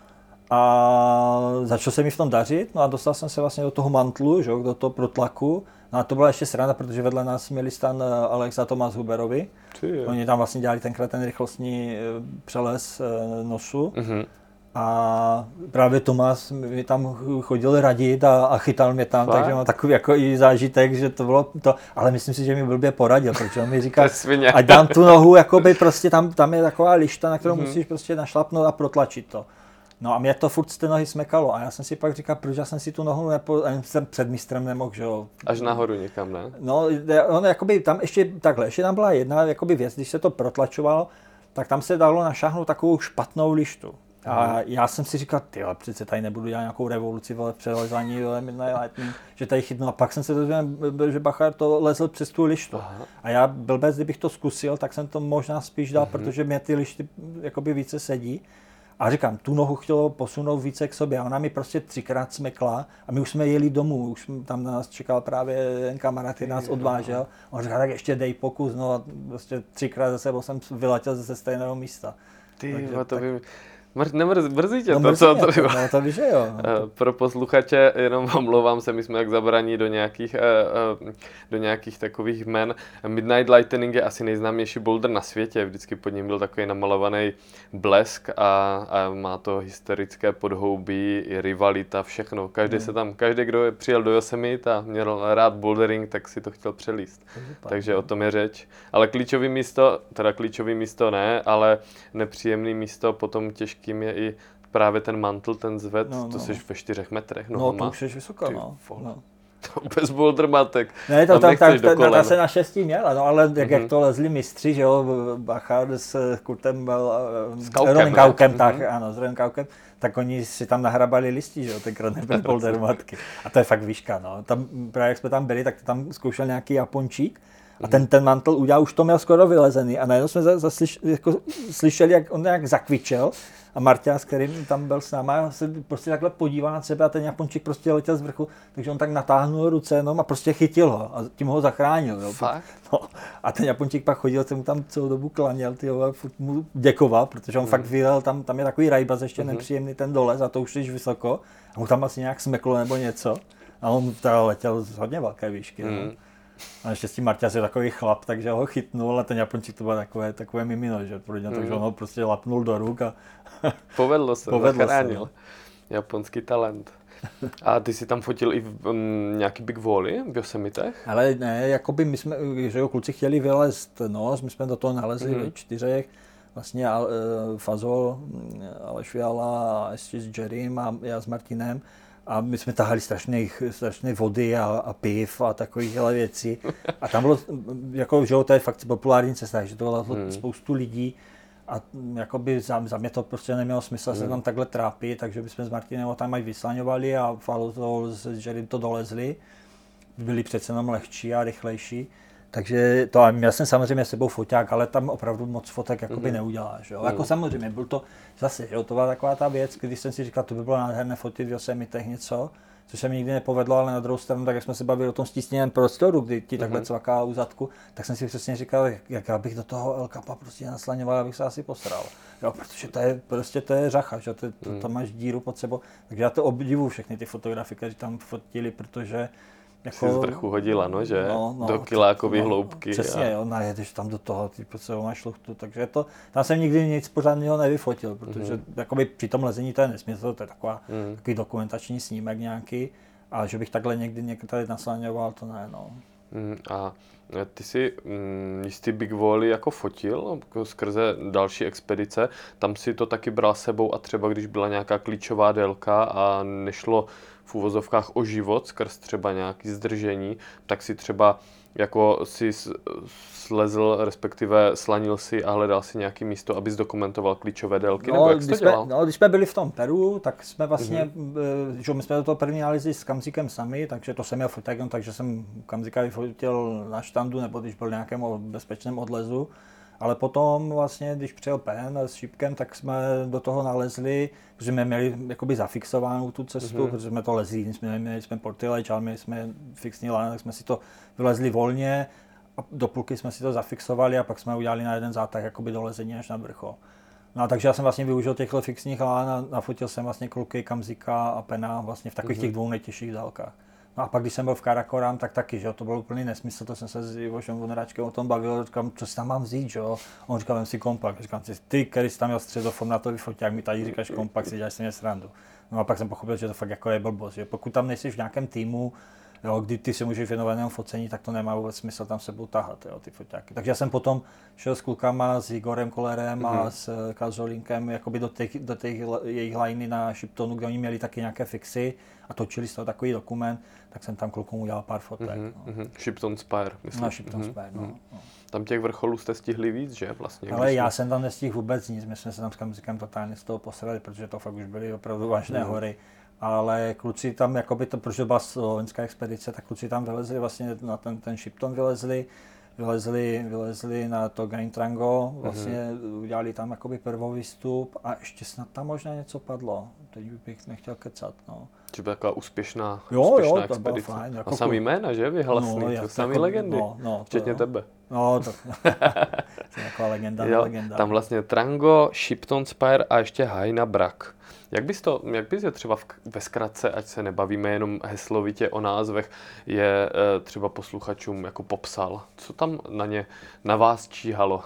a začal se mi v tom dařit, no a dostal jsem se vlastně do toho mantlu, že, do toho protlaku. No a to byla ještě sranda, protože vedle nás měli stan Alex a Tomáš Huberovi. Oni tam vlastně dělali tenkrát ten rychlostní přeles nosu. Mm-hmm. A právě Tomáš mi tam chodil radit a, a chytal mě tam, Fakt? Takže mám takový jako i zážitek, že to bylo to, ale myslím si, že mi blbě poradil, protože on mi říkal, ať dám tu nohu, jakoby prostě tam, tam je taková lišta, na kterou mm-hmm. musíš prostě našlapnout a protlačit to. No a mě to furt z té nohy smekalo a já jsem si pak říkal, proč já jsem si tu nohu nepo... jsem před mistrem nemohl, že jo. Až nahoru někam, ne? No, on jakoby tam ještě takhle, ještě tam byla jedna jakoby věc, když se to protlačovalo, tak tam se dalo našáhnout takovou špatnou lištu. A hmm. já jsem si říkal, tyhle, přece tady nebudu dělat nějakou revoluci, vole, přelezání, vole, Midnight Lightning, že tady chytnu. A pak jsem se dozvěděl, že Bachar to lezl přes tu lištu. Aha. A já blbec, kdybych to zkusil, tak jsem to možná spíš dal, hmm. protože mě ty lišty jakoby více sedí. A říkám, tu nohu chtělo posunout více k sobě a ona mi prostě třikrát smekla a my už jsme jeli domů, už tam na nás čekal právě ten kamarád, který nás odvážel. On říkal, tak ještě dej pokus, no a prostě třikrát za sebou jsem vyletěl ze stejného místa. Ty, Takže, to tak... by... Mrzí, mrzí tě no, to, mrzí co to, to no, to víš, že jo. Pro posluchače, jenom omlouvám se, my jsme jak zabraní do nějakých, do nějakých takových jmen. Midnight Lightning je asi nejznámější boulder na světě, vždycky pod ním byl takový namalovaný blesk a, a má to historické podhoubí, i rivalita, všechno. Každý hmm. se tam, každý, kdo je přijel do Yosemite a měl rád bouldering, tak si to chtěl přelíst. Takže o tom je řeč. Ale klíčové místo, teda klíčové místo ne, ale nepříjemné místo potom těžké je i právě ten mantl, ten zved, no, no. To jsi ve čtyřech metrech nohama. No to už jsi vysoko, no. no. To bez boulder matek. Ne, to tam, tam, tam, tam se naštěstí měla, no ale jak, mm-hmm. jak to lezli mistři, že jo, Bachar s Kurtem, s Ronem Kaukem, tak mm-hmm. ano, s Ronem Kaukem, tak oni si tam nahrabali listí, že jo, tenkrát nebyl boulder matky. A to je fakt výška, no. Tam, právě jak jsme tam byli, tak tam zkoušel nějaký Japončík. A ten, ten mantl udělal, už to měl skoro vylezený a najednou jsme zaslyš, jako, slyšeli, jak on nějak zakvičel a Marta, s kterým tam byl s náma, se prostě takhle podíval na sebe a ten Japončík prostě letěl z vrchu, takže on tak natáhnul ruce jenom a prostě chytil ho a tím ho zachránil. Jo. Fakt? No. A ten Japončík pak chodil, jsem mu tam celou dobu klaněl, tyjo, furt mu děkoval, protože on mm. fakt vylel, tam, tam je takový rajbaz ještě mm-hmm. nepříjemný ten dolez a to už jsi vysoko a mu tam asi nějak smeklo nebo něco a on teda letěl z hodně velké výšky. Mm. No. A naštěstí Marťas je takový chlap, takže ho chytnul a ten Japončík to bylo takové, takové mimino, že pro něj, mm. takže on ho prostě lapnul do ruk a povedlo se, povedlo zachránil. Se, no. Japonský talent. A ty jsi tam fotil i v, um, nějaký big wally v Yosemitech? Ale ne, jakoby my jsme, že jo, kluci chtěli vylézt nos, my jsme do toho nalezli mm. ve čtyřech, vlastně uh, Fazol, Aleš Fiala a ještě s Jerrym a já s Martinem. A my jsme tahali strašné, strašné vody a, a piv a takovéhle věci. A tam bylo, jako, že to je fakt populární cesta, že to bylo hmm. spoustu lidí. A jakoby za, za mě to prostě nemělo smysl mm. se tam takhle trápit, takže bychom s Martinem tam aj vyslaňovali a Faluzou s Jerrym to dolezli. Byli přece jenom lehčí a rychlejší. Takže to, já jsem samozřejmě s sebou foťák, ale tam opravdu moc fotek jakoby mm. neuděláš. Jo? Mm. Jako samozřejmě, byl to zase, jo, to byla taková ta věc, když jsem si říkal, to by bylo nádherné fotit v Yosemitech něco, což se mi nikdy nepovedlo, ale na druhou stranu, tak jak jsme se bavili o tom stísněném prostoru, kdy ti takhle mm-hmm. cvaká u zadku, tak jsem si přesně říkal, jak, jak já bych do toho El Capa prostě naslaňoval, abych se asi posral. Jo, protože to je prostě to je řacha, že to, to, to máš díru pod sebou. Takže já to obdivuju všechny ty fotografie, kteří tam fotili, protože jako, z vrchu hodila, no, že? No, no, do kilákový no, hloubky. Přesně, a... jo, najedeš tam do toho, ty pod sebou máš šluchtu, takže to, tam jsem nikdy nic pořádného nevyfotil, protože mm. jakoby při tom lezení to je nesmysl, to je taková, mm. takový dokumentační snímek nějaký, ale že bych takhle někdy někdy tady naslaňoval, to ne, no. Mm, a ty si mm, jistý Big Wally jako fotil jako skrze další expedice, tam si to taky bral sebou a třeba když byla nějaká klíčová délka a nešlo v uvozovkách o život skrz třeba nějaký zdržení, tak si třeba jako si slezl, respektive slanil si a hledal si nějaké místo, aby zdokumentoval klíčové délky, no, nebo jak jsi to dělal? Jsme, no, když jsme byli v tom Peru, tak jsme vlastně, mm-hmm. že my jsme do toho první nalezli s Kamzikem sami, takže to jsem měl fotek, takže jsem Kamzika vyfotil na štandu, nebo když byl v nějakém bezpečném odlezu. Ale potom vlastně, když přijel Pen s šipkem, tak jsme do toho nalezli, protože jsme měli jakoby zafixovanou tu cestu, mm-hmm. protože jsme to lezli, jsme měli jsme portilage, ale měli jsme fixní lán, tak jsme si to vylezli volně a do půlky jsme si to zafixovali a pak jsme udělali na jeden zátah jakoby do lezení až na vrchol. No a takže já jsem vlastně využil těchto fixních lán a nafotil jsem vlastně kluky Kamzika a Pena vlastně v takových mm-hmm. těch dvou nejtěžších dálkách. No a pak, když jsem byl v Karakoram, tak taky, že jo, to byl úplný nesmysl, to jsem se s Ivošem Voneráčkem o tom bavil, říkám, co si tam mám vzít, že jo. On říkal, vem si kompakt, říkám si, ty, který jsi tam měl středoformátový foťák, mi tady říkáš kompakt, si děláš si mě srandu. No a pak jsem pochopil, že to fakt jako je blbost, že pokud tam nejsi v nějakém týmu, jo, kdy ty se můžeš věnovat jenom focení, tak to nemá vůbec smysl tam sebou tahat, jo, ty foťáky. Takže já jsem potom šel s klukama, s Igorem Kolerem mm-hmm. a s Kazolinkem jakoby do těch, do těch jejich liny na Shiptonu, kde oni měli taky nějaké fixy a točili z toho takový dokument, tak jsem tam klukům udělal pár fotek. Mm-hmm. No. Shipton Spire, myslím. Na Shipton mm-hmm. Spire, no, mm-hmm. no. Tam těch vrcholů jste stihli víc, že vlastně? Ale já jsme... jsem tam nestihl vůbec nic, my jsme se tam s Kamzikem totálně z toho posrali, protože to fakt už byly opravdu vážné mm-hmm. hory. Ale kluci tam, jakoby to, protože byla slovenská expedice, tak kluci tam vylezli vlastně na ten, ten Shipton vylezli, vylezli, vylezli na to Green Trango, vlastně mm-hmm. udělali tam jakoby prvový vstup a ještě snad tam možná něco padlo, teď bych nechtěl kecat, no. Či byla taková úspěšná, jo, úspěšná jo, expedice. Fajn, jako a samý jména, že? Vyhlasný, no, to samý jako, legendy, no, no, včetně to, tebe. No, to je taková legenda, jo, legenda. Tam vlastně Trango, Shipton Spire a ještě Haina Brak. Jak bys to, jak bys je třeba v, ve zkratce, ať se nebavíme jenom heslovitě o názvech, je e, třeba posluchačům jako popsal? Co tam na ně, na vás číhalo?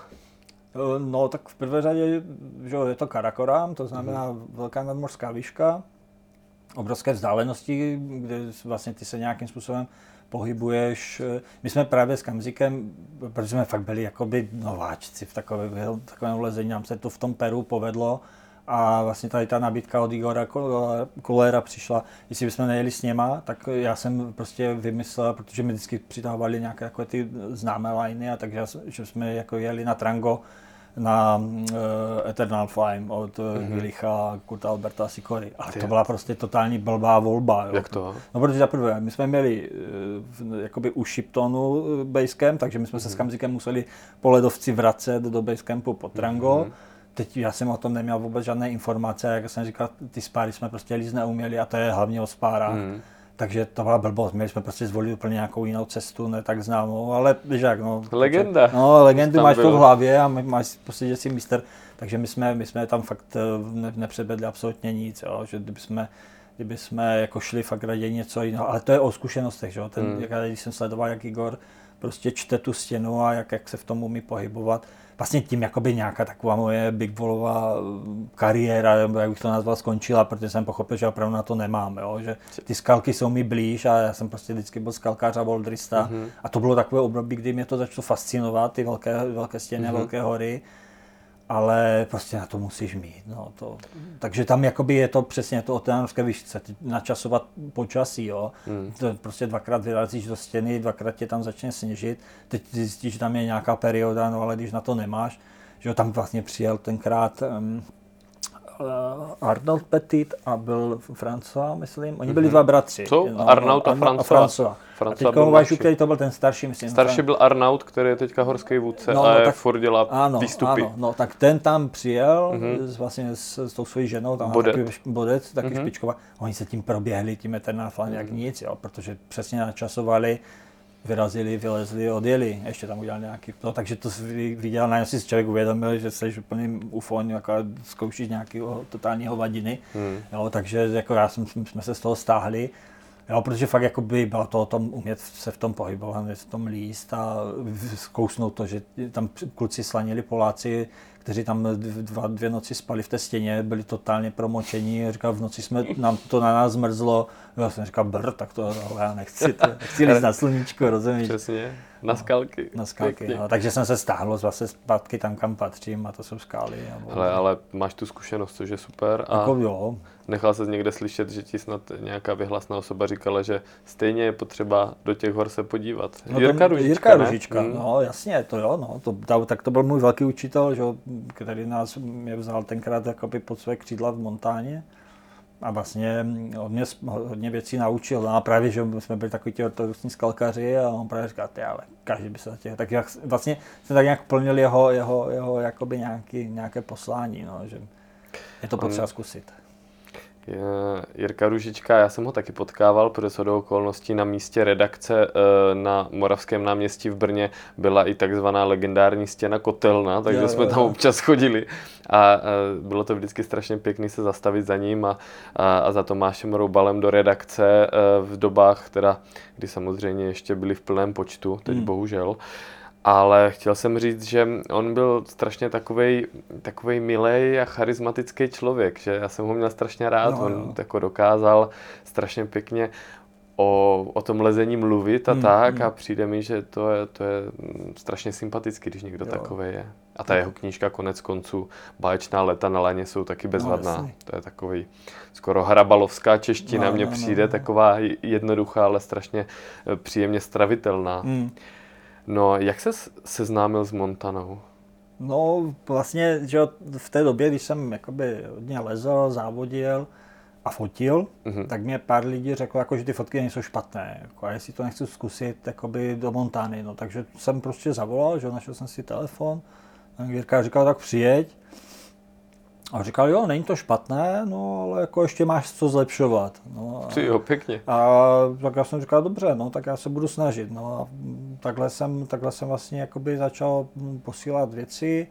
No tak v prvé řadě, že je to Karakoram, to znamená mm. velká nadmořská výška, obrovské vzdálenosti, kde vlastně ty se nějakým způsobem pohybuješ. My jsme právě s Kamzikem, protože jsme fakt byli jakoby nováčci v takovém, takovém lezení, nám se to v tom Peru povedlo a vlastně tady ta nabídka od Igora Kolera přišla, jestli bychom nejeli s něma, tak já jsem prostě vymyslel, protože mi vždycky přitahovali nějaké takové ty známé liny, a takže že jsme jako jeli na Trango na uh, Eternal Flame od mm-hmm. Gilicha, Kurta Alberta a Sikory. Ale to byla prostě totální blbá volba. Jo. Jak to? No protože za prvé, my jsme měli uh, jakoby u Shiptonu basecamp, takže my jsme mm-hmm. se s Kamzikem museli po ledovci vracet do basecampu po Trango. Mm-hmm. Teď já jsem o tom neměl vůbec žádné informace, jak jsem říkal, ty spáry jsme prostě líst neuměli a to je hlavně o spárách. Mm. Takže to byla blbost, měli jsme prostě zvolit úplně nějakou jinou cestu, ne tak známou, ale víš jak, no. Legenda. No, legendu máš to v hlavě a máš prostě, že jsi mistr, takže my jsme, my jsme tam fakt ne, nepřebedli absolutně nic, jo, že kdyby jsme, kdyby jsme jako šli fakt raději něco jiného, ale to je o zkušenostech, že jo, ten, mm. jak, když jsem sledoval, jak Igor prostě čte tu stěnu a jak, jak se v tom umí pohybovat. Vlastně tím jakoby nějaká taková moje Big Wallová kariéra, jak bych to nazval, skončila, protože jsem pochopil, že opravdu na to nemám, jo? Že ty skalky jsou mi blíž a já jsem prostě vždycky byl skalkář a boulderista. Mm-hmm. A to bylo takové období, kdy mě to začalo fascinovat, ty velké, velké stěny, mm-hmm. velké hory, ale prostě na to musíš mít. No, to. Takže tam jakoby je to přesně to o té norské výšce, načasovat počasí, jo. Mm. To prostě dvakrát vyrazíš do stěny, dvakrát tě tam začne sněžit, teď zjistíš, že tam je nějaká perioda, no ale když na to nemáš, že tam vlastně přijel tenkrát um, Arnold Petit a byl François, myslím. Oni byli mm-hmm. dva bratři. Co? No, Arnaud a François. A François. A teďka uvažu, který to byl ten starší, myslím. Starší byl Arnaud, který je teďka horský vůdce no, no, a tak, furt dělá ano, výstupy. Ano, no, tak ten tam přijel mm-hmm. s, vlastně s, s tou svojí ženou, tam Bodet. Takový Bodec, taky mm-hmm. špičková. Oni se tím proběhli, tím Eternálem jak mm-hmm. nic, jo, protože přesně načasovali, vyrazili, vylezli, odjeli, ještě tam udělali nějaký, no, takže to viděl, najednou si člověk uvědomil, že jsi úplný ufon, jako zkoušíš nějakého totální hovadiny, hmm. jo, takže jako já jsem, jsme se z toho stáhli, jo, protože fakt jako by bylo to o tom umět se v tom pohybovat, v tom líst a zkousnout to, že tam kluci slanili Poláci, kteří tam dva, dvě noci spali v té stěně, byli totálně promočení, říkal, v noci jsme, nám to na nás zmrzlo, já jsem říkal, brr, tak to já nechci, to, nechci líst na sluníčko, rozumíš? Přesně, na skalky. Na skalky, no, takže jsem se stáhl zase zpátky tam, kam patřím a to jsou skály. Hele, ale máš tu zkušenost, což je super a jako, jo. Nechal ses někde slyšet, že ti snad nějaká vyhlasná osoba říkala, že stejně je potřeba do těch hor se podívat. No Jirka Růžička, Jirka Růžička, hmm. no jasně, to jo, no, to, to, tak to byl můj velký učitel, že, který nás mě vzal tenkrát jakoby pod své křídla v Montáně a vlastně on mě hodně věcí naučil, no a právě, že jsme byli takový ti ortodoxní skalkaři a on právě říkal, ty, ale každý by se těch, tak jak, vlastně jsem tak nějak plnil jeho, jeho, jeho jakoby nějaký, nějaké poslání, no, že je to potřeba zkusit. Jirka Růžička, já jsem ho taky potkával, protože shodou okolností na místě redakce na Moravském náměstí v Brně byla i takzvaná legendární stěna Kotelna, takže jo, jsme jo, tam jo. občas chodili a bylo to vždycky strašně pěkný se zastavit za ním a, a, a za Tomášem Roubalem do redakce v dobách, teda, kdy samozřejmě ještě byli v plném počtu, teď hmm. bohužel. Ale chtěl jsem říct, že on byl strašně takovej, takovej milej a charismatický člověk, že já jsem ho měl strašně rád, no, on no. jako dokázal strašně pěkně o, o tom lezení mluvit a mm, tak mm. a přijde mi, že to je, to je strašně sympatický, když někdo jo. takovej je. A ta jeho knížka konec konců Báječná léta na laně jsou taky bezvadná. No, to je takový skoro hrabalovská čeština, no, mně no, přijde no, no. taková jednoduchá, ale strašně příjemně stravitelná. Mm. No, jak ses seznámil s Montanou? No, vlastně, že v té době, když jsem jakoby hodně lezl, závodil a fotil, mm-hmm. tak mě pár lidí řeklo, jako, že ty fotky nejsou špatné, jako, a jestli to nechci zkusit jakoby, do Montany. No, takže jsem prostě zavolal, že našel jsem si telefon, a Jirka říkal, tak přijeď. A říkal, jo, není to špatné, no, ale jako ještě máš co zlepšovat. No, a, jo, pěkně. A tak já jsem říkal, dobře, no, tak já se budu snažit. No, a takhle jsem, takhle jsem vlastně jakoby začal posílat věci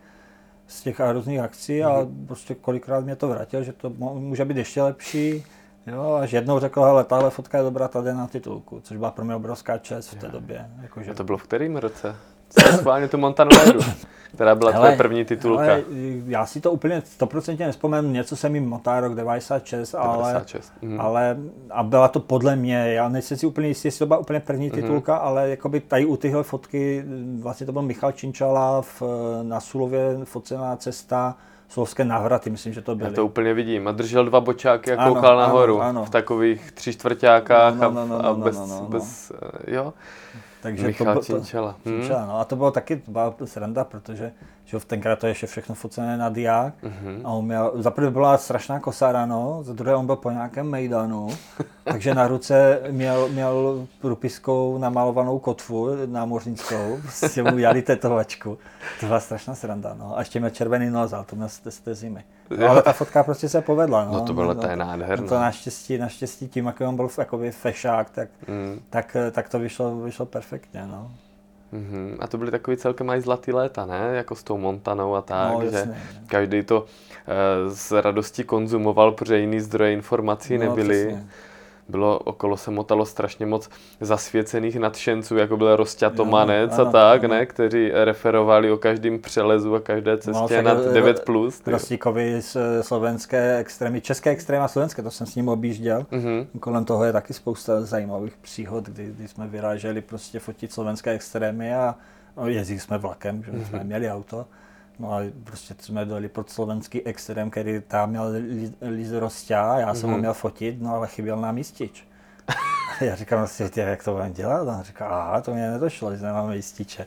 z těch různých akcí a mm-hmm. prostě kolikrát mě to vrátil, že to může být ještě lepší. Jo, až jednou řekl, hele, tahle fotka je dobrá, tady na titulku, což byla pro mě obrovská čest v té době. Jako, že... A to bylo v kterém roce? Schválně tu Montanu jedu, která byla hele, tvoje první titulka. Hele, já si to úplně stoprocentně nespomenu, něco jsem jim motá rok devadesát šest, devadesát šest. Ale, mm. ale a byla to podle mě, já nejsem si úplně jistý, jestli to byla úplně první titulka, mm. ale jakoby tady u tyhle fotky, vlastně to byl Michal Činčala v, na Sulově focená cesta, Sulovské návraty, myslím, že to byly. Já to úplně vidím. A držel dva bočáky a koukal ano, nahoru ano, ano. v takových tři čtvrťákách no, no, no, no, a bez, no, no, no, no. bez jo. Takže Michal to, Činčala. To, hmm. no a to bylo taky to byla sranda, protože že v tenkrát to ještě všechno focené na diák. Mm-hmm. A on měl, za prvé byla strašná kosa ráno, za druhé on byl po nějakém mejdanu, takže na ruce měl, měl průpiskou namalovanou kotvu námořnickou, prostě mu udělali tetovačku. To byla strašná sranda, no. A ještě měl červený nos, ale to měl z té zimy. No, ale ta fotka prostě se povedla, no. No to bylo no, to je nádherné. To naštěstí, naštěstí tím, jak on byl jakoby fešák, tak, mm. tak, tak to vyšlo, vyšlo perfektně, no. Mm-hmm. A to byly takový celkem aj zlatý léta, ne? Jako s tou Montanou a tak, no, že jasně, každý to e, z radosti konzumoval, protože jiný zdroje informací no, nebyly. Přesně. Bylo, okolo se motalo strašně moc zasvěcených nadšenců, jako byl Rosťa Tomanec a tak, ano. ne? Kteří referovali o každém přelezu a každé cestě no, nad devět plus. Rostíkovi z slovenské extrémy, české extrémy a slovenské, to jsem s ním objížděl. Mm-hmm. Kolem toho je taky spousta zajímavých příhod, kdy, kdy jsme vyráželi prostě fotit slovenské extrémy a no, jezdili jsme vlakem, že mm-hmm. jsme měli auto. No a prostě jsme dojeli pod slovenský extrém, který tam měl Liz Rosťa, já jsem mm-hmm. ho měl fotit, no ale chyběl nám jistič. Já říkám, vlastně, jak to budeme dělat? A on říká, aha, to mě nedošlo, že nemáme jističe.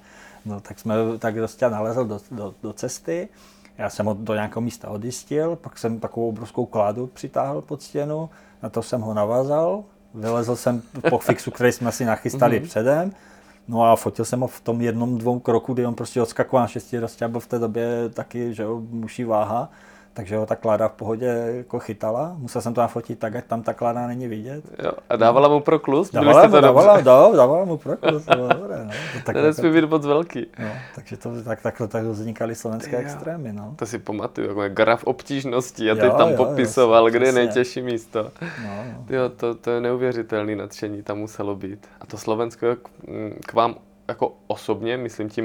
No tak jsme, tak Rostia nalezl do, do, do cesty, já jsem ho do nějakého místa odjistil, pak jsem takovou obrovskou kládu přitáhl pod stěnu, na to jsem ho navázal, vylezl jsem po fixu, který jsme si nachystali mm-hmm. předem, no a fotil jsem ho v tom jednom, dvou kroku, kdy on prostě odskakoval na šesti, Rostia byl v té době taky, že jo, muší váha, takže ho ta kláda v pohodě jako chytala. Musel jsem to nafotit tak, ať tam ta kláda není vidět. Jo, a dávala mu proklus? Dávala, mu, dávala, dávala, dávala mu proklus. No, dobré, no. To tak nesmí být moc velký. No, takže to, tak, takhle tak vznikaly slovenské jo. extrémy. No. To si pamatuju, jako graf obtížnosti a ty jo, tam jo, popisoval, jo, kde je nejtěžší místo. No, no. Jo, to, to je neuvěřitelné nadšení, tam muselo být. A to Slovensko k, k vám jako osobně, myslím tím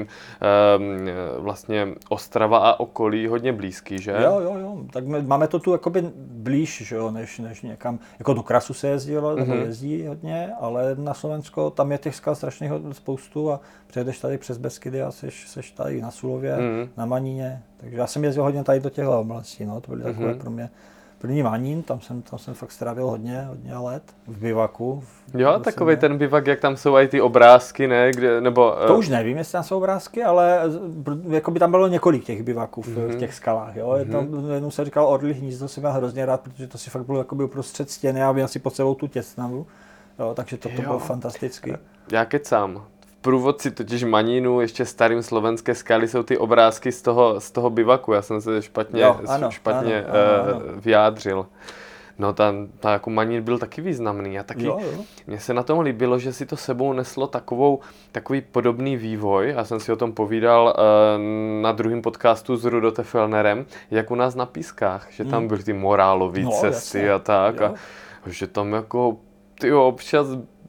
um, vlastně Ostrava a okolí hodně blízký, že? Jo, jo, jo. Tak my, máme to tu jakoby blíž, že jo, než, než někam. Jako do Krasu se jezdilo, mm-hmm. nebo jezdí hodně, ale na Slovensko tam je těch skal strašně spoustu a přijedeš tady přes Beskydy a seš, seš tady na Sulově, mm-hmm. na Maníně. Takže já jsem jezdil hodně tady do těchto oblastí, no, to byly mm-hmm. takové pro mě. První Manín, tam jsem, tam jsem fakt strávil hodně, hodně let v bivaku. V, jo, takový ten bivak, jak tam jsou i ty obrázky, ne? Kde, nebo, to uh... už nevím, jestli tam jsou obrázky, ale jako by tam bylo několik těch bivaků v, mm-hmm. v těch skalách. Jo? Mm-hmm. Tam jednou se říkal Orlí hnízdo, jsem měl hrozně rád, protože to si fakt bylo jakoby uprostřed stěny a měl si pod sebou tu těsnavu. Jo, takže to, to bylo fantasticky. Já kecám. V průvodci totiž Manínu, ještě starým slovenské skaly, jsou ty obrázky z toho, z toho bivaku. Já jsem se špatně, jo, ano, špatně ano, uh, ano, ano. vyjádřil. No tam ta jako Manín byl taky významný a taky jo, jo. Mně se na tom líbilo, že si to sebou neslo takovou, takový podobný vývoj. Já jsem si o tom povídal uh, na druhém podcastu s Rudote Fellnerem, jak u nás na Pískách, že tam hmm. byly ty morálové no, cesty jasně. a tak. A, že tam jako tyjo, občas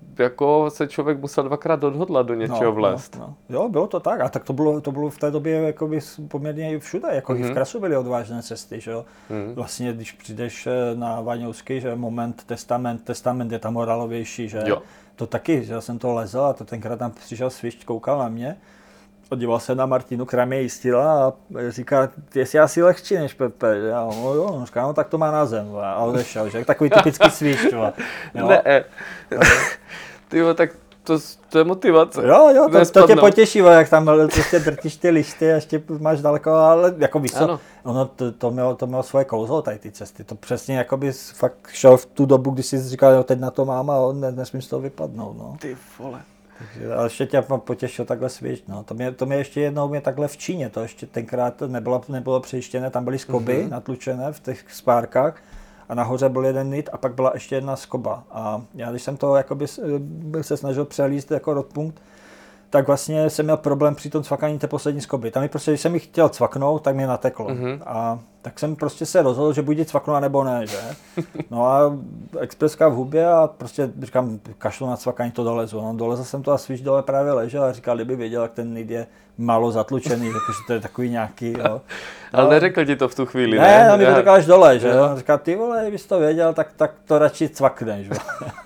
jako se člověk musel dvakrát odhodlat do něčeho no, vlézt. No, no. Jo, bylo to tak. A tak to bylo, to bylo v té době jakoby poměrně všude. Jako mm-hmm. i v Krasu byly odvážné cesty. Že jo? Mm. Vlastně, když přijdeš na Vaňovský, že moment, testament, testament je tam morálovější. Že? Jo. To taky, že já jsem to lezl a to tenkrát tam přišel Svišť, koukal na mě. Podíval se na Martinu, která mě jistila a říká, ty jsi asi lehčí než Pepe. Já, no jo, no, říká, no tak to má na zem. A odešel, že? Takový typický Svišť. Ne. Tyjo, tak to, to je motivace. Jo, jo, to, to tě potěší, jak tam prostě drtíš ty lišty a ještě máš daleko, ale jako víš co, ono to, to, mělo, to mělo svoje kouzlo tady ty cesty. To přesně jako bys fakt šel v tu dobu, kdy jsi říkal, jo, teď na to mám a ne, nesmím z toho vypadnout, no. Ty vole. Takže, ale ještě tě potěšil takhle Svišť, no. To mě, to mě ještě jednou mě takhle v Číně, to ještě tenkrát nebylo, nebylo přejištěné, tam byly skoby mm-hmm. natlučené v těch spárkách. A nahoře byl jeden nit a pak byla ještě jedna skoba. A já když jsem to jakoby se snažil přelíst jako rodpunkt, tak vlastně jsem měl problém při tom cvakání té poslední skoby. Tam mi prostě, když jsem ji chtěl cvaknout, tak mě nateklo. Mm-hmm. A tak jsem prostě se rozhodl, že buď ji cvaknu, nebo ne, že? No a expreska v hubě a prostě říkám, kašlu na cvakání, to dolezu. No, dolezl jsem to a Svišť dole právě ležel a říkal, kdyby věděl, jak ten nit je málo zatlučený, jakože to je takový nějaký, jo. No, ale neřekl ti to v tu chvíli, ne? Ne, on mi to říkal až dole, že? On říkal, ty vole, kdybys to věděl, tak, tak to radši cvakneš, že?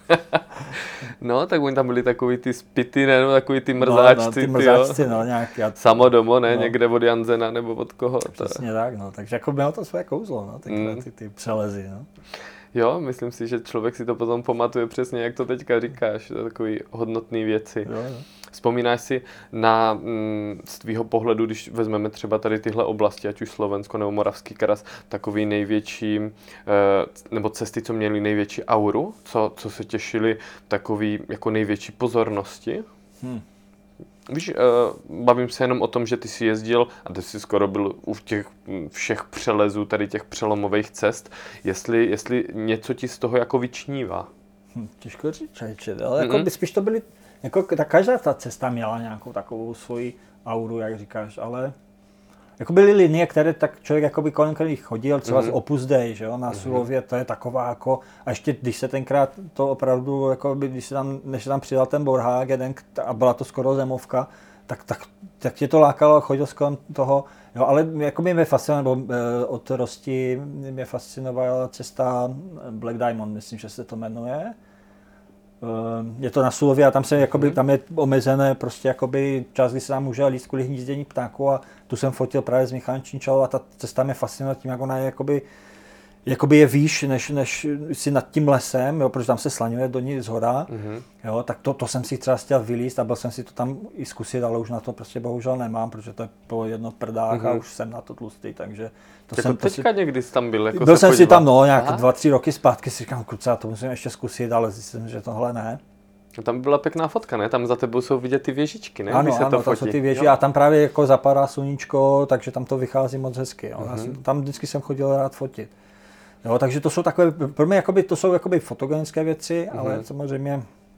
No, tak oni tam byli takový ty spity, ne, no, takový ty mrzáčci, no, no, ty mrzáčci, no, nějaký. Samodomo, ne, no. Někde od Janzena nebo od koho. Přesně to. Tak, no, takže jako mělo to své kouzlo, no, ty, mm. ty, ty přelezy, no. Jo, myslím si, že člověk si to potom pamatuje přesně, jak to teďka říkáš, to je takový hodnotný věci. Jo, jo. Vzpomínáš si na, mm, z tvýho pohledu, když vezmeme třeba tady tyhle oblasti, ať už Slovensko nebo Moravský Kras, takový největší, e, nebo cesty, co měly největší auru, co, co se těšili takový jako největší pozornosti? Hmm. Víš, e, bavím se jenom o tom, že ty jsi jezdil a ty jsi skoro byl u těch všech přelezů, tady těch přelomových cest, jestli, jestli něco ti z toho jako vyčnívá. Hm, těžko říct, ale jako mm-hmm. by spíš to byly, jako ta, každá ta cesta měla nějakou takovou svoji auru, jak říkáš, ale jako byly linie, které tak člověk jakoby kolem kterých chodil, třeba mm-hmm. z Opus Dei, že jo, na Sulově, to je taková jako, a ještě když se tenkrát to opravdu, jako by, když se tam, než se tam přidal ten Borhák jeden, a byla to skoro zemovka, tak, tak, tak tě to lákalo, chodil kolem toho, jo, ale jako by mě fascinovalo, nebo e, od Rosti mě fascinovala cesta Black Diamond, myslím, že se to jmenuje. Je to na Sulově a tam, se, jakoby, tam je omezené prostě jakoby čas, kdy se tam může líst kvůli hnízdění ptáků a tu jsem fotil právě s Michalem Činčalou a ta cesta mě fascinuje tím, jak ona je jakoby jakoby je výš, než, než si nad tím lesem, jo, protože tam se slaňuje do ní zhora, mm-hmm. jo, tak to, to jsem si třeba chtěl vylízt a byl jsem si to tam i zkusit, ale už na to prostě bohužel nemám, protože to je po jedno v prdách mm-hmm. a už jsem na to tlustý, takže to jako jsem... teďka si, někdy jsi tam byl, jako byl jsem podívat. si tam, no, nějak Aha. dva, tři roky zpátky si říkám, kluci, to musím ještě zkusit, ale zjistím, že tohle ne. Tam byla pěkná fotka, ne? Tam za tebou jsou vidět ty věžičky, ne? Ano, Když se ano, to tam fotí. jsou ty věži a tam právě jako zapadá sluníčko, takže tam to vychází moc hezky. Jo. Mm-hmm. Jsem, tam vždycky jsem chodil rád fotit. Jo, takže to jsou takové, pro mě jakoby, to jsou jakoby fotogenické věci, mm-hmm. ale samozřejmě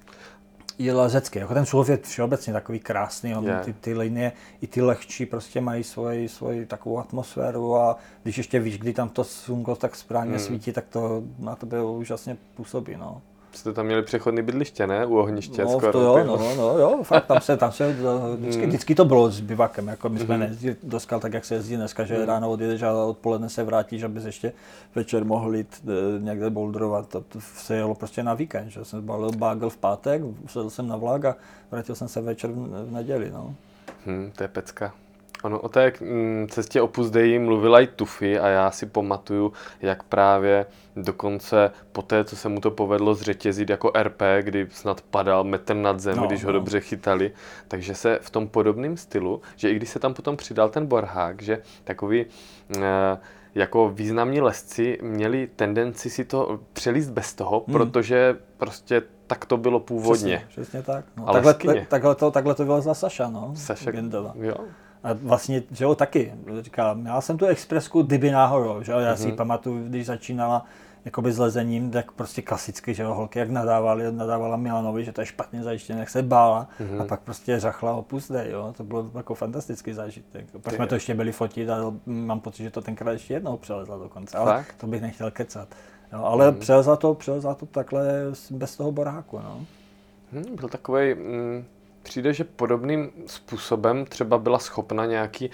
i lezecké. Jako ten Sulov je všeobecně takový krásný, on, yeah. ty, ty linie, i ty lehčí prostě mají svoji, svoji takovou atmosféru a když ještě víš, kdy tam to slunko tak správně mm. svítí, tak to na tebe úžasně působí. No. Jste tam měli přechodné bydliště, ne? U ohniště no, skoro. To jo, no, no, jo, fakt tam se, tam se vždycky, vždycky to bylo s bivakem, jako my jsme mm. nejezdili do skal tak, jak se jezdí dneska, že mm. ráno odjedeš a odpoledne se vrátíš, abys ještě večer mohl jít někde boulderovat. To, to se jelo prostě na víkend, že jsem balil bagel v pátek, sedl jsem na vlak a vrátil jsem se večer v neděli, no. Hmm, to je pecka. Ono o té cestě Opus Dei mluvila i Tufi a já si pamatuju, jak právě dokonce po té, co se mu to povedlo zřetězit jako R P, kdy snad padal metr nad zem, no, když ho no. dobře chytali, takže se v tom podobném stylu, že i když se tam potom přidal ten borhák, že takový eh, jako významní lesci měli tendenci si to přelíst bez toho, hmm. protože prostě tak to bylo původně. Přesně, přesně tak. No, ale takhle, takhle, to, takhle to vylezla Saša, no. Saša, jo. A vlastně, že jo, taky, říkám, já jsem tu expresku kdyby náhodou, že jo, já mm-hmm. si pamatuju, když začínala jakoby s lezením, tak prostě klasicky, že jo, holky jak nadávali, nadávala Milanovi, že to je špatně zajištěné, jak se bála mm-hmm. a pak prostě řachla Opus Dei, jo, to bylo jako fantastický zážitek. Pak jsme to ještě byli fotit a mám pocit, že to tenkrát ještě jednou přelezla dokonce, ale Fakt? to bych nechtěl kecat. Jo, ale mm-hmm. přelezla to, přelezla to takhle bez toho borháku, no. Hmm, byl takovej... Mm... Přijde, že podobným způsobem třeba byla schopna nějaký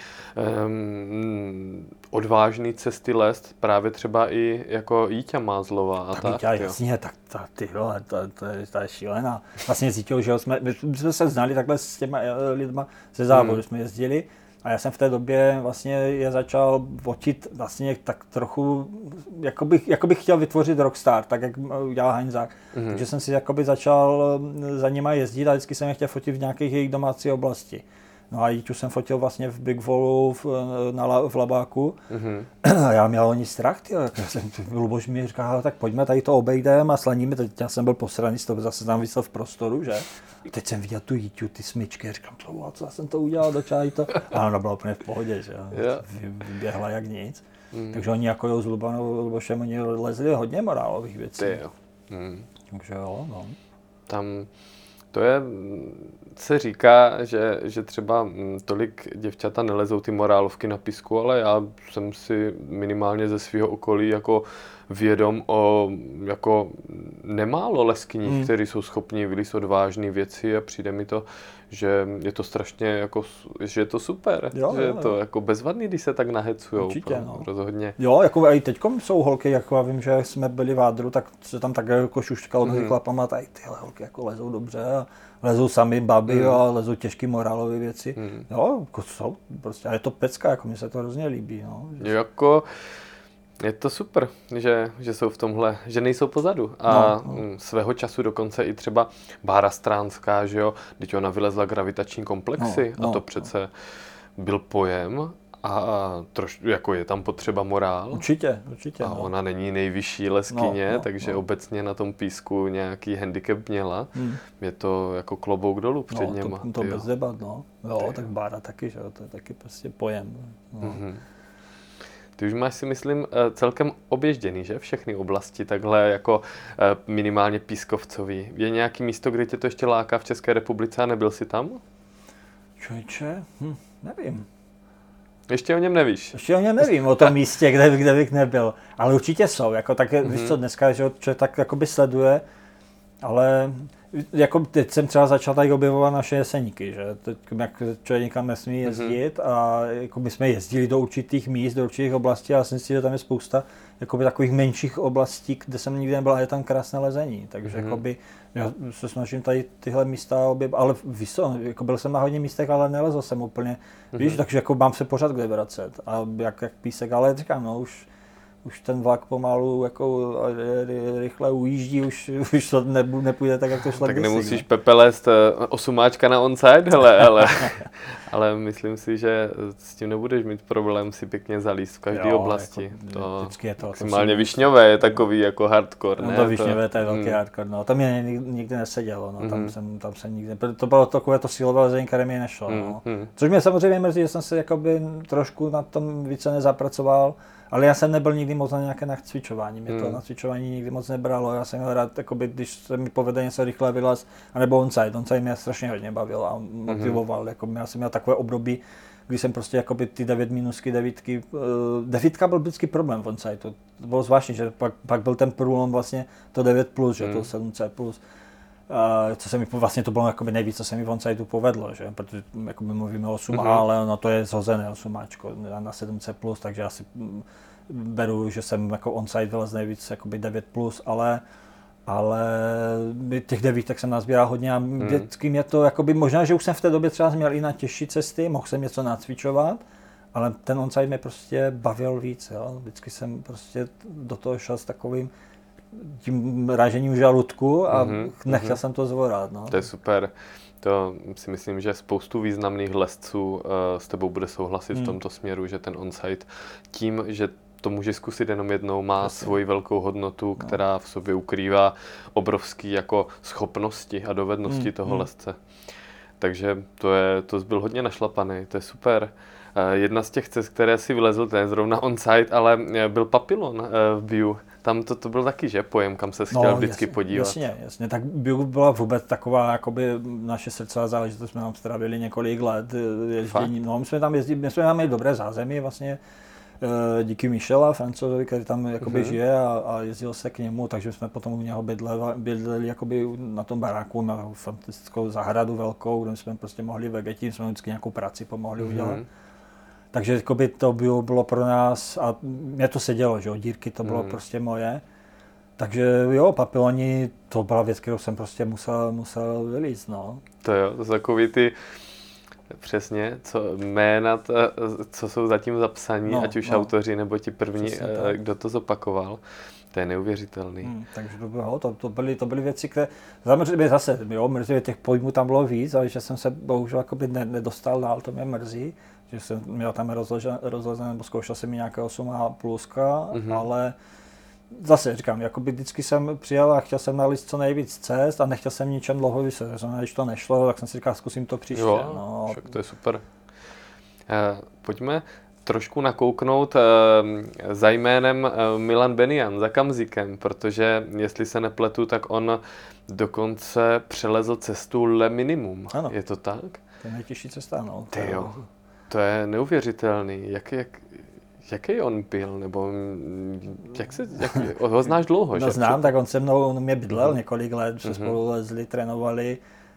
um, odvážný cesty lézt, právě třeba i jako Jíťa Mázlová a tak. Tak jasně, tak ta, ty vole, to, to, je, to je šílená. Vlastně cítil, že jsme, my jsme se znali takhle s těma lidma ze závodu, hmm. jsme jezdili a já jsem v té době vlastně je začal fotit vlastně tak trochu, jako bych, jako bych chtěl vytvořit rockstar, tak jak udělal Heinzák. Mm-hmm. Takže jsem si jakoby začal za nima jezdit a vždycky jsem je chtěl fotit v nějakých jejich domácí oblasti. No a Jíťu jsem fotil vlastně v Big Wallu v, na, v Labáku. Mm-hmm. A já měl oni strach, tyjo. Luboš mi říkal, tak pojďme, tady to obejdeme a slaníme. Teď já jsem byl posraný, to zase tam vysel v prostoru, že? Teď jsem viděl tu Jíťu, ty smyčky, a říkám, to, co jsem to udělal, dočáj to. A ona byla úplně v pohodě, že? Yeah. Vyběhla jak nic. Mm. Takže oni jako jo, s Lubanou, Lubošem, oni lezli hodně morálových věcí. Ty jo. Mm. Takže jo, no. Tam to je, se říká, že, že třeba tolik děvčata nelezou ty morálovky na písku, ale já jsem si minimálně ze svého okolí jako vědom o jako nemálo leskyních, hmm. kteří jsou schopni vylízt odvážné věci a přijde mi to, že je to strašně jako, že je to super, jo, že jo, je to jo. jako bezvadný, když se tak nahecujou. Určitě, no. Rozhodně. Jo, jako i teďkom jsou holky, jako já vím, že jsme byli v Ádru, tak se tam tak jako šušťkalo mezi mm. chlapama, tady tyhle holky jako lezou dobře a lezou sami baby mm. a lezou těžký morálové věci. Mm. Jo, jako jsou prostě, a je to pecka, jako mně se to hrozně líbí, no. Že... Jako... Je to super, že, že jsou v tomhle, že nejsou pozadu. A no, no. svého času dokonce i třeba Bára Stránská, že jo, když ona vylezla gravitační komplexy no, no, a to přece no. byl pojem a troš, jako je tam potřeba morál. Určitě, určitě. A no. ona není nejvyšší leskyně, no, no, takže no. obecně na tom písku nějaký handicap měla. Hmm. Je to jako klobouk dolů před no, něma. To, to bez debat, no. Jo, tak Bára taky, že jo, to je taky prostě pojem. No. Mm-hmm. Ty už máš si myslím celkem obježděný, že? Všechny oblasti takhle jako minimálně pískovcový. Je nějaký místo, kde tě to ještě láká v České republice a nebyl jsi tam? Člověče, hm, nevím. Ještě o něm nevíš? Ještě o něm nevím, o tom místě, kde, kde bych nebyl. Ale určitě jsou, jako tak, mm-hmm. víš co, dneska, že člověk tak jakoby sleduje, ale jako teď jsem třeba začal tady objevovat naše jeseníky, že teď jak člověk někam nesmí jezdit mm-hmm. a jako my jsme jezdili do určitých míst, do určitých oblastí a já si myslím, že tam je spousta jakoby takových menších oblastí, kde jsem nikdy nebyl a je tam krásné lezení, takže mm-hmm. jakoby já se snažím tady tyhle místa objevit, ale víš co, jako byl jsem na hodně místech, ale nelezl jsem úplně, mm-hmm. víš, takže jako mám se pořád kde vracet a jak, jak písek, ale říkám, no už už ten vlak pomalu jako rychle ujíždí, už, už to nepůjde tak, jak to šlo. Tak kdysi, nemusíš ne? Pepe lézt osumáčka na onside, hele, ale, ale myslím si, že s tím nebudeš mít problém si pěkně zalíst v každé Jo, oblasti. Jako, to je to, maximálně to Višňové je takový jako hardcore, no, ne? to Višňové, to je velký mm. hardcore, no. Tam mě nikdy, nikdy nesedělo, no. Mm. Tam, jsem, tam jsem nikdy, to bylo takové to silové lezení, které mi nešlo, Mm. no. Mm. Což mě samozřejmě mrzí, že jsem se jakoby trošku na tom více nezapracoval, ale já jsem nebyl nikdy moc na nějaké nacvičování, mě to Mm. nacvičování nikdy moc nebralo, já jsem měl rád, jakoby, když se mi povede něco rychle vylez, anebo onside, onside mě strašně hodně bavil a motivoval, mm. jako, já jsem měl takové období, kdy jsem prostě jakoby ty devět minusky, devítky, uh, devítka byl vždycky problém v onside, to bylo zvláštní, že pak, pak byl ten průlom vlastně to devět plus, že mm. to sedm C plus. Uh, co se mi vlastně to bylo jakoby nejvíc, co se mi v onsideu povedlo, že? Protože jakoby mluvíme o osm A, mm-hmm. ale ono to je zhozené osmáčko na sedm C plus, takže asi beru, že jsem jako onside vylez nejvíc jakoby devět plus, ale ale těch devítek jsem nazbíral hodně a vždycky mě to jakoby, možná, že už jsem v té době třeba měl i na těžší cesty, mohl jsem něco nacvičovat, ale ten onside mě prostě bavil víc, jo? Vždycky jsem prostě do toho šel s takovým tím ražením žaludku a mm-hmm, nechtěl mm-hmm. jsem to zvorat. No. To je super. To si myslím, že spoustu významných lezců uh, s tebou bude souhlasit mm. v tomto směru, že ten onside tím, že to může zkusit jenom jednou, má Jasně. svoji velkou hodnotu, no. která v sobě ukrývá obrovský jako schopnosti a dovednosti mm, toho mm. lezce. Takže to je, to byl hodně našlapaný, to je super. Uh, jedna z těch cest, které si vylezl, to je zrovna onside, ale byl Papillon uh, v Biu. Tam to, to byl taky, že, pojem, kam se chtěl no, vždycky jasně, podívat. Jasně, jasně. Tak Biu byla vůbec taková, jakoby naše srdcová záležitost, jsme tam strávili několik let ježdění. No, my jsme tam jezdili, my jsme tam měli dobré zázemí vlastně, díky Michela, Francouzovi, který tam jakoby mm-hmm. žije a, a jezdil se k němu, takže jsme potom u něho bydleli, bydleli jakoby na tom baráku, na fantastickou zahradu velkou, kde jsme prostě mohli vegetit, jsme vždycky nějakou práci pomohli mm-hmm. udělat. Takže jakoby to bylo, bylo pro nás, a mě to sedělo, že jo, dírky to bylo mm. prostě moje. Takže jo, Papilloni, to byla věc, kterou jsem prostě musel, musel vylízt, no. To jo, to jsou takový ty, přesně, co jména, to, co jsou zatím zapsaní, no, ať už no. autoři nebo ti první, kdo to zopakoval. To je neuvěřitelný. Hmm, takže to bylo, to, to, byly, to byly věci, které, samozřejmě zase, jo, mrzí, těch pojmů tam bylo víc, ale že jsem se bohužel jakoby ne, nedostal dál, to mě mrzí. Že jsem měl tam rozlezen, nebo zkoušel jsem mi nějaké osm A pluska, mm-hmm. ale zase říkám, jakoby vždycky jsem přijel a chtěl jsem nalíst co nejvíc cest a nechtěl jsem ničem dlouho vyset. Když to nešlo, tak jsem si říkal, zkusím to příště. Jo, no. však to je super. Eh, pojďme trošku nakouknout eh, za jménem eh, Milan Benian, za Kamzikem, protože jestli se nepletu, tak on dokonce přelezl cestu Le Minimum. Ano. Je to tak? To je nejtěžší cesta, no. Ty jo. To je neuvěřitelný. Jak, jak, jaký on byl? Nebo jak se, jak, ho znáš dlouho, no, že? znám, tak on se mnou, on mě bydlel mm-hmm. několik let, že mm-hmm. spolu lezli, trénovali.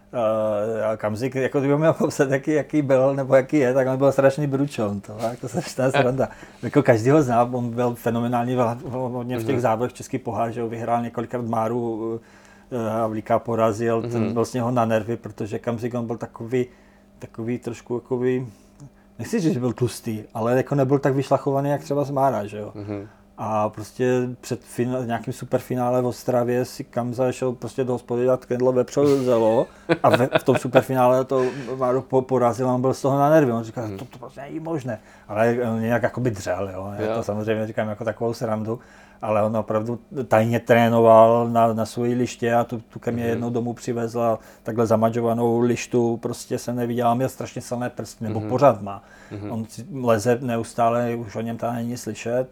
Uh, a Kamzik, jako kdyby měl popsat, jaký, jaký byl, nebo jaký je, tak on byl strašný bručon, to, to se strašná sranda. Jako každý ho zná, on byl fenomenální hodně v těch mm-hmm. závodech Český pohár, že ho vyhrál několikrát Máru, Havlíka porazil, mm-hmm. ten byl z něho na nervy, protože Kamzik, on byl takový, takový trošku jakoby, nechci říct, že byl tlustý, ale jako nebyl tak vyšlachovaný, jak třeba z Mára, že jo. Mm-hmm. A prostě před finá, nějakým superfinále v Ostravě si Kamza šel prostě do hospody dát kendlo vepřové zelo a ve, v tom superfinále to Máro po, porazil a on byl z toho na nervy. On říkal, mm. to, to prostě není možné. Ale on nějak jakoby dřel, jo. Já to samozřejmě říkám jako takovou srandu, ale on opravdu tajně trénoval na, na svoji liště a tu, tu ke mně mm. jednou domů přivezla takhle zamadžovanou lištu, prostě jsem neviděl, měl strašně silné prsty, nebo mm. pořád má. Mm. On leze neustále, už o něm tam není slyšet.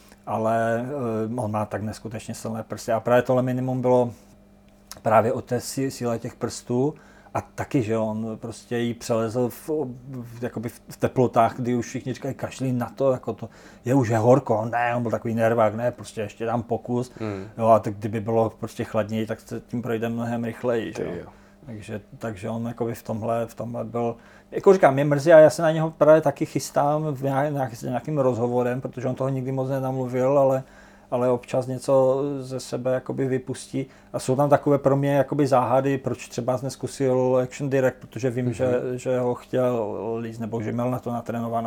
Ale uh, on má tak neskutečně silné prsty a právě tohle minimum bylo právě o té síle těch prstů a taky, že on prostě jí přelezl v, v, jakoby v teplotách, kdy už všichni říkají, kašlí na to, jako to je už je horko, ne, on byl takový nervák, ne, prostě ještě dám pokus, mm. jo, a tak kdyby bylo prostě chladněji, tak se tím projde mnohem rychleji, že jo. Takže, takže on jakoby v tomhle, v tomhle byl, jako říkám, mě mrzí a já se na něho právě taky chystám v nějak, nějakým rozhovorem, protože on toho nikdy moc nenamluvil, ale, ale občas něco ze sebe jakoby vypustí a jsou tam takové pro mě jakoby záhady, proč třeba neskusil Action Direct, protože vím, mm-hmm. že, že ho chtěl líst nebo že měl na to natrénováno.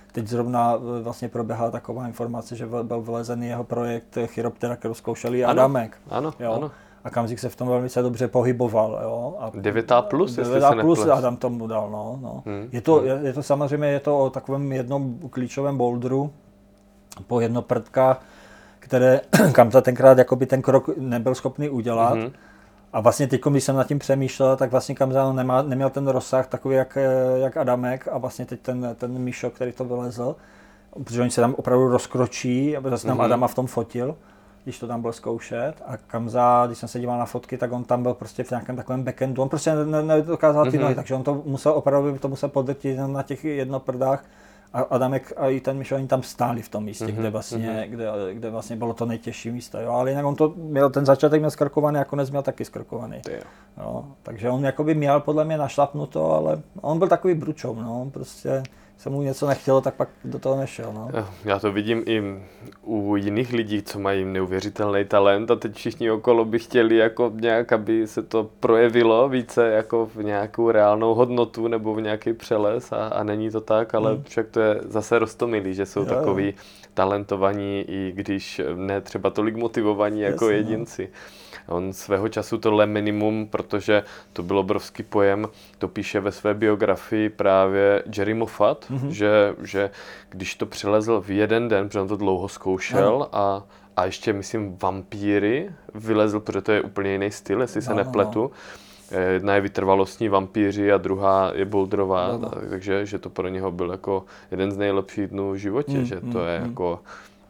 teď zrovna vlastně proběhla taková informace, že byl vylezený jeho projekt Chiroptera, kterou zkoušel i Adamek. Ano, jo. ano. A Kamzik se v tom velmi dobře pohyboval. Jo. A devět A plus, devět A plus Adam tomu dal. No, no. Hmm. Je, to, hmm. je, je to samozřejmě je to o takovém jednom klíčovém bouldru po jednoprdkách, které Kamza tenkrát jakoby ten krok nebyl schopný udělat. Hmm. A vlastně teď, když jsem nad tím přemýšlel, tak vlastně Kamza nemá, neměl ten rozsah takový jak, jak Adamek a vlastně teď ten, ten Míšo, který to vylezl, protože oni se tam opravdu rozkročí, aby zase tam mm-hmm. Adama v tom fotil, když to tam byl zkoušet. A Kamza, když jsem se díval na fotky, tak on tam byl prostě v nějakém takovém backendu, on prostě nedokázal ty mm-hmm. nohy, takže on to musel opravdu to musel podrtit na těch jednoprdách. A Adamek a i ten Míšo, oni tam stáli v tom místě, mm-hmm. kde, vlastně, mm-hmm. kde, kde vlastně bylo to nejtěžší místo. Jo? Ale jinak on to měl, ten začátek měl skrkovaný, a konec měl taky skrkovaný. Jo? Takže on jakoby měl podle mě našlapnuto, ale on byl takový bručom, no, prostě se mu něco nechtělo, tak pak do toho nešel. No. Já to vidím i u jiných lidí, co mají neuvěřitelný talent a teď všichni okolo by chtěli jako nějak, aby se to projevilo více jako v nějakou reálnou hodnotu nebo v nějaký přeles a, a není to tak, ale hmm. však to je zase roztomilý, že jsou jo, takový jo. talentovaní, i když ne třeba tolik motivovaní jako Jasně, jedinci. On svého času tohle minimum, protože to byl obrovský pojem, to píše ve své biografii právě Jerry Moffat, mm-hmm. že, že když to přelezl v jeden den, protože on to dlouho zkoušel no. a, a ještě, myslím, vampíry vylezl, protože to je úplně jiný styl, jestli se no, nepletu. No. Jedna je vytrvalostní vampíři a druhá je boulderová, no, no. takže že to pro něho byl jako jeden z nejlepších dnů v životě, mm, že to mm, je mm. jako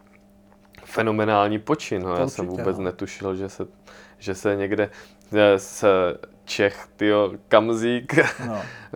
fenomenální počin. No. Já určitě, jsem vůbec no. netušil, že se, že se někde z Čech, tyjo, Kamzík, no.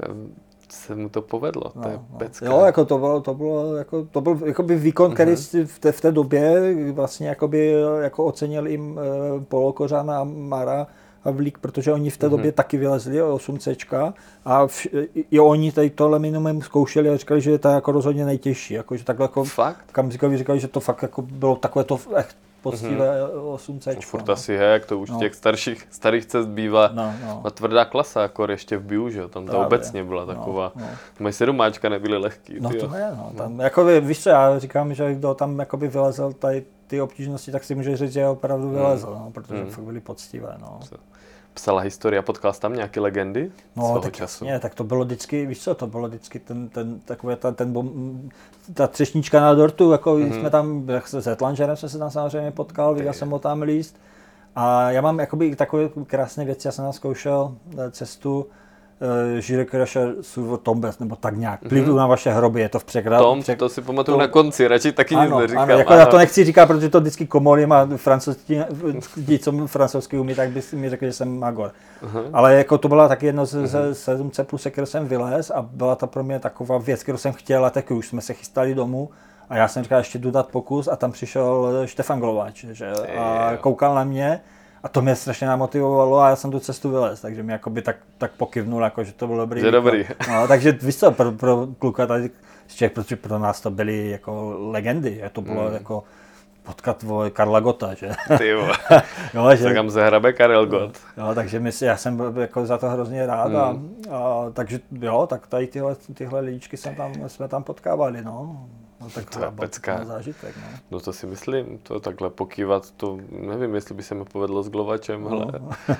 se mu to povedlo. No, to je no. pecka. Jo, jako to bylo, to bylo, jako, to byl jakoby výkon, uh-huh. který v té, v té době vlastně jakoby, jako ocenil jim e, Polo Kořan a Mara Havlík, protože oni v té uh-huh. době taky vylezli osm cé a v, i, i oni tady tohle minimum zkoušeli a říkali, že je to jako rozhodně nejtěžší. Jako, že takhle jako Kamzíkovi říkali, že to fakt jako bylo takové to echt poctivé mm-hmm. osm cé. Furt no. asi hek, to už no. těch starších, starých cest bývá no, no. tvrdá klasa, jako ještě v Biu, že tam ta obecně byla taková. No, no. Moje sedmáčka nebyly lehký. No tyjo. to ne, no. Tam, no. Jako, víš co, já říkám, že kdo tam jakoby vylezl tady ty obtížnosti, tak si může říct, že opravdu vylezl, mm. no, protože mm. fakt byly poctivé. No. Psala historie, potkal jsi tam nějaké legendy no, tak času? Ne, tak to bylo vždycky, víš co, to bylo vždycky ten, ten, takové ta, ten bom, ta třešnička na dortu, jako mm-hmm. jsme tam, s Zetlangerem jsme se tam samozřejmě potkal, viděl jsem ho tam líst. A já mám jakoby takové krásné věci, já jsem tam zkoušel cestu Žire Krasher Suvo Tombes, nebo tak nějak. Plivu mm-hmm. na vaše hroby, je to v překladu. Tom, přek... to si pamatuju to... na konci, radši taky ano, nic neříkám. Ano, jako já to nechci říkat, protože to vždycky komorím a francouzští, ti, co francouzsky umí, tak by mi řekli, že jsem magor. Uh-huh. Ale jako to byla taky jedno ze uh-huh. sedm cé plus, kterou jsem vylez a byla to pro mě taková věc, kterou jsem chtěl a taky už jsme se chystali domů. A já jsem říkal, ještě jdu dát pokus a tam přišel Štefan Glovač, že? A koukal na mě. A to mě strašně namotivovalo a já jsem tu cestu vylez, takže mi jakoby tak, tak pokyvnul, jako, že to bylo dobrý. Že dobrý. No, takže víš co, pro, pro kluka tady z Čech, protože pro nás to byly jako legendy, to bylo mm. jako potkat vole Karla Gotta, že? Ty jo, no, že... tak tam se hrabe Karel Gott. No, takže my si, já jsem byl jako za to hrozně rád mm. a, a takže jo, tak tady tyhle, tyhle lidičky jsem tam, jsme tam potkávali, no. No, tak to je pecka. Zážitek, no. No to si myslím, to takhle pokývat, to nevím, jestli by se mi povedlo s Glovačem, ale no. uh,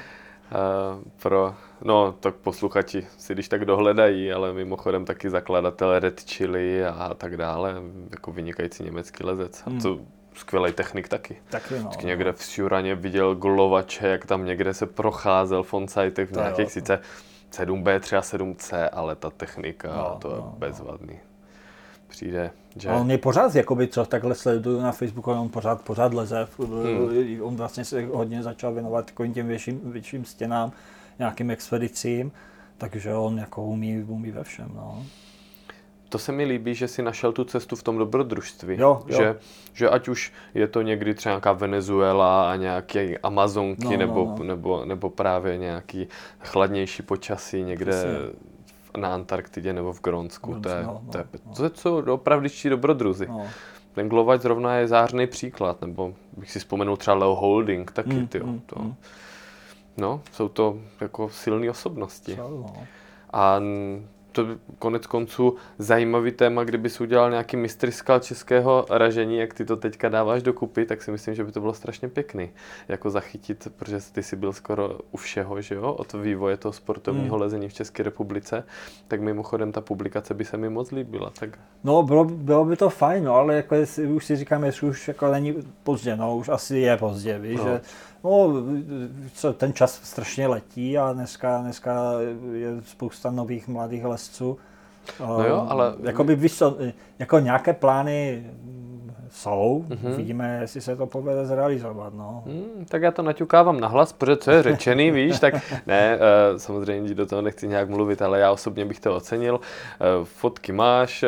pro, no tak posluchači si když tak dohledají, ale mimochodem taky zakladatel Red Chili a tak dále, jako vynikající německý lezec. Hmm. A to skvělý technik taky. Taky no. Vždycky někde v Sjuraně viděl Glovače, jak tam někde se procházel v on-sitech v nějakých jo, sice sedm bé, třeba sedm cé, ale ta technika, no, to je no, bezvadný. Přijde, že... A on je pořád, jakoby, co takhle sleduju na Facebooku, on pořád, pořád leze. Hmm. On vlastně se hodně začal věnovat takovým těm větším, větším stěnám, nějakým expedicím, takže on jako umí, umí ve všem, no. To se mi líbí, že si našel tu cestu v tom dobrodružství. Jo, jo. Že, že ať už je to někdy třeba nějaká Venezuela a nějaké Amazonky, no, nebo, no, no. Nebo, nebo právě nějaký chladnější počasí někde... Přesně. Na Antarktidě nebo v Grónsku, to je, no, to je, no. to je co opravdičtí dobrodruzi. No. Ten Glovač zrovna je zářný příklad, nebo bych si vzpomenul třeba Leo Holding, taky mm, tyjo, to. Mm. No, jsou to jako silné osobnosti. Co, no. A to konec konců zajímavý téma, kdyby si udělal nějaký mistr skal českého ražení, jak ty to teďka dáváš dokupy, tak si myslím, že by to bylo strašně pěkný. Jako zachytit, protože ty jsi byl skoro u všeho, že jo, od vývoje toho sportovního hmm. lezení v České republice, tak mimochodem ta publikace by se mi moc líbila. Tak... No, bylo, bylo by to fajn, no, ale jako jestli, už si říkám, jestli už jako není pozdě, no, už asi je pozdě, víš, no. že no, co, ten čas strašně letí a dneska, dneska je spousta nových mladých lesců. No jo, ale... Jakoby, víš co, jako nějaké plány jsou, mm-hmm. vidíme, jestli se to povede zrealizovat, no. Hmm, tak já to naťukávám nahlas, protože co je řečený, víš, tak ne, e, samozřejmě do toho nechci nějak mluvit, ale já osobně bych to ocenil. E, fotky máš, e,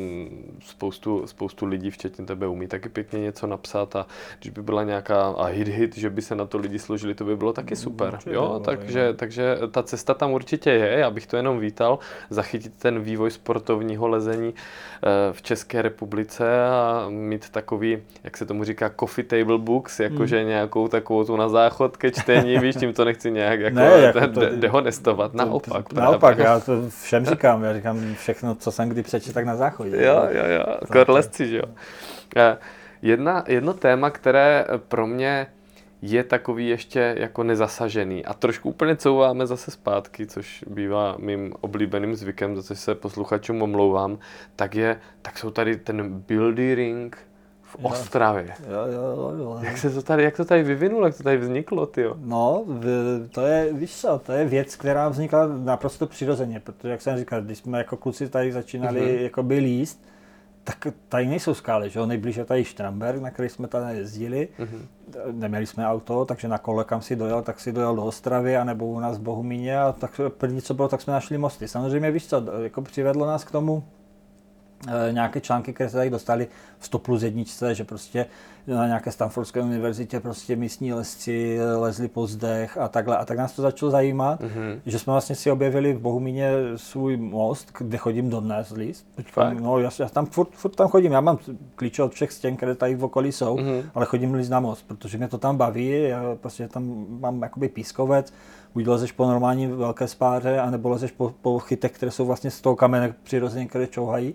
spoustu, spoustu lidí, včetně tebe, umí taky pěkně něco napsat a když by byla nějaká a hit hit, že by se na to lidi složili, to by bylo taky super, určitě, jo, takže, takže ta cesta tam určitě je, já bych to jenom vítal, zachytit ten vývoj sportovního lezení e, v České republice a mít takový, jak se tomu říká, coffee table books, jakože hmm. nějakou takovou tu na záchod ke čtení, víš, tím to nechci nějak jako, ne, jako to, de- dehonestovat, to, naopak. To, naopak, já to všem říkám, já říkám všechno, co jsem kdy přečetl, tak na záchodě. Jo, jo, jo, korlesci, že jo. Jedna, jedno téma, které pro mě je takový ještě jako nezasažený a trošku úplně couváme zase zpátky, což bývá mým oblíbeným zvykem, za což se posluchačům omlouvám, tak je, tak jsou tady ten building v Ostravě. Jo, jo, jo, jo. Jak se to tady, jak to tady vyvinulo, jak to tady vzniklo, tyjo? No, to je, víš co, to je věc, která vznikla naprosto přirozeně, protože jak jsem říkal, když jsme jako kluci tady začínali mm-hmm. jakoby líst, tak tady nejsou skály, že jo, nejblíž je tady Štramberk, na který jsme tady jezdili, mm-hmm. neměli jsme auto, takže na kole, kam si dojel, tak si dojel do Ostravy, anebo u nás v Bohumíně a tak první, co bylo, tak jsme našli mosty. Samozřejmě víš co, jako přivedlo nás k tomu e, nějaké články, které se tady dostali v sto plus jedničce, že prostě na nějaké Stanfordské univerzitě prostě místní lesci lezli po zdech a takhle. A tak nás to začalo zajímat, mm-hmm. že jsme vlastně si objevili v Bohumíně svůj most, kde chodím dodnes líst. No, já, já tam furt, furt tam chodím, já mám klíče od všech stěn, které tady v okolí jsou, mm-hmm. ale chodím líst na most, protože mě to tam baví, já prostě tam mám jakoby pískovec, buď lezeš po normální velké spáře, anebo lezeš po, po chytech, které jsou vlastně z toho kamene přirozeně, které čouhají.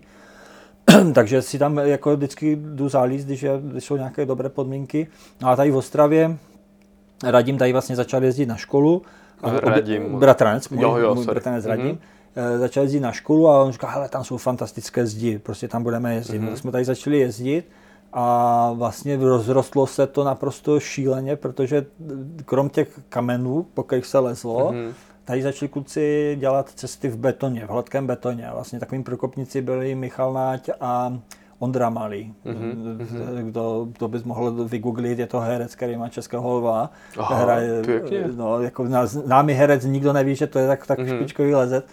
Takže si tam jako vždycky jdu zálíst, když, je, když jsou nějaké dobré podmínky. No a tady v Ostravě Radim tady vlastně začal jezdit na školu. A Radim. Obě, bratranec, můj, jo, jo, můj bratranec Radim. Mm-hmm. Začal jezdit na školu a on říká, hele, tam jsou fantastické zdi, prostě tam budeme jezdit. Mm-hmm. My jsme tady začali jezdit a vlastně rozrostlo se to naprosto šíleně, protože krom těch kamenů, po kterých se lezlo, mm-hmm. tady začali kluci dělat cesty v betoně, v hladkém betoně. Vlastně takovým průkopníci byli Michal Náť a Ondra Malý. Mm-hmm. Kdo, kdo bys mohl vygooglit, je to herec, který má českého lva. Aha, hraje, no, jako námi herec, nikdo neví, že to je tak, tak mm-hmm. špičkový lezec.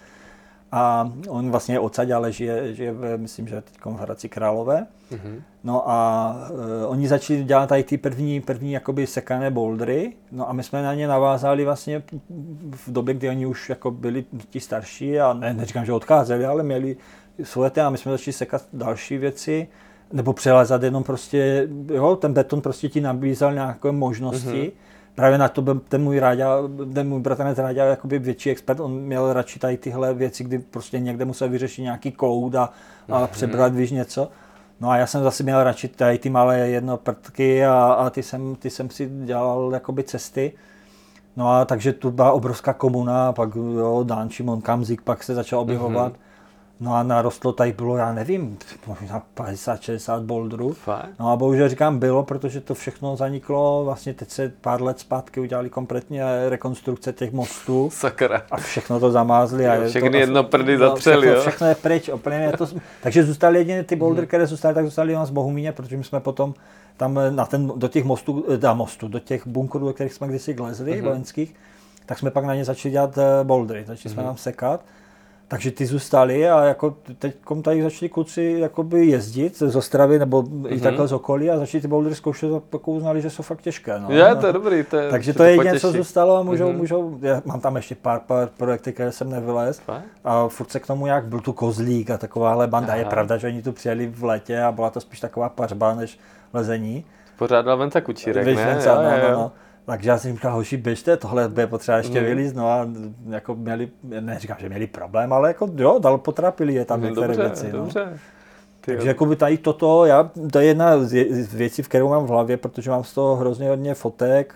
A on vlastně je odsaď, ale žije, žije v, myslím, že teď v Hradci Králové. Mm-hmm. No a uh, oni začali dělat tady ty první, první jakoby sekané bouldery, no a my jsme na ně navázali vlastně v době, kdy oni už jako byli ti starší a ne, neříkám, že odcházeli, ale měli svoje a my jsme začali sekat další věci, nebo přelezat jenom prostě, jo, ten beton prostě ti nabízel nějaké možnosti. Mm-hmm. Právě na to byl ten můj Ráďa, ten můj bratranec Ráďa jakoby větší expert, on měl radši tady tyhle věci, kdy prostě někde musel vyřešit nějaký kód a, a mm-hmm. přebrat, víš, něco. No a já jsem zase měl radši tady ty malé jednoprdky a, a ty, jsem, ty jsem si dělal jakoby cesty. No a takže tu byla obrovská komuna, pak jo, Dan Šimon Kamzik pak se začal objevovat. Mm-hmm. No a narostlo tady bylo, já nevím, možná padesát šedesát boulderů. No a bohužel říkám bylo, protože to všechno zaniklo, vlastně teď se pár let zpátky udělali kompletně rekonstrukce těch mostů. Sakra. A všechno to zamázli. A všechny to, jednoprdy no, zatřeli, všechno, jo? Všechno je pryč, úplně je to, takže zůstaly jedině ty bouldery, které zůstaly, tak zůstaly u nás v Bohumíně, protože my jsme potom tam na ten, do těch mostů, da, mostu, do těch bunkrů, do kterých jsme kdysi lezli, mm-hmm. vojenských, tak jsme pak na ně začali dělat bouldery, začali mm-hmm. jsme tam sekat. Takže ty zůstali a jako teď tady začali kluci jakoby jezdit z Ostravy nebo mm-hmm. i takhle z okolí a začali ty bouldery zkoušet a pak uznali, že jsou fakt těžké. No. Je, to je dobrý. To je, takže to je jediné, co zůstalo a můžou, mm-hmm. můžou, já mám tam ještě pár, pár projekty, které jsem nevylez a furt se k tomu jak byl tu Kozlík a takováhle banda. Aha. Je pravda, že oni tu přijeli v létě a byla to spíš taková pařba než lezení. Pořádal Venca Kučírek, Víš, ne? Venca, jo, no, jo. no, no. Takže já jsem říkal, hoši, běžte, tohle bude potřeba ještě mm. vylízt, no a jako měli, neříkám, že měli problém, ale jako jo, dal potrápili je tam některé dobře, věci. Dobře, no. Takže jako by tady toto, já, to je jedna z věcí, kterou mám v hlavě, protože mám z toho hrozně hodně fotek,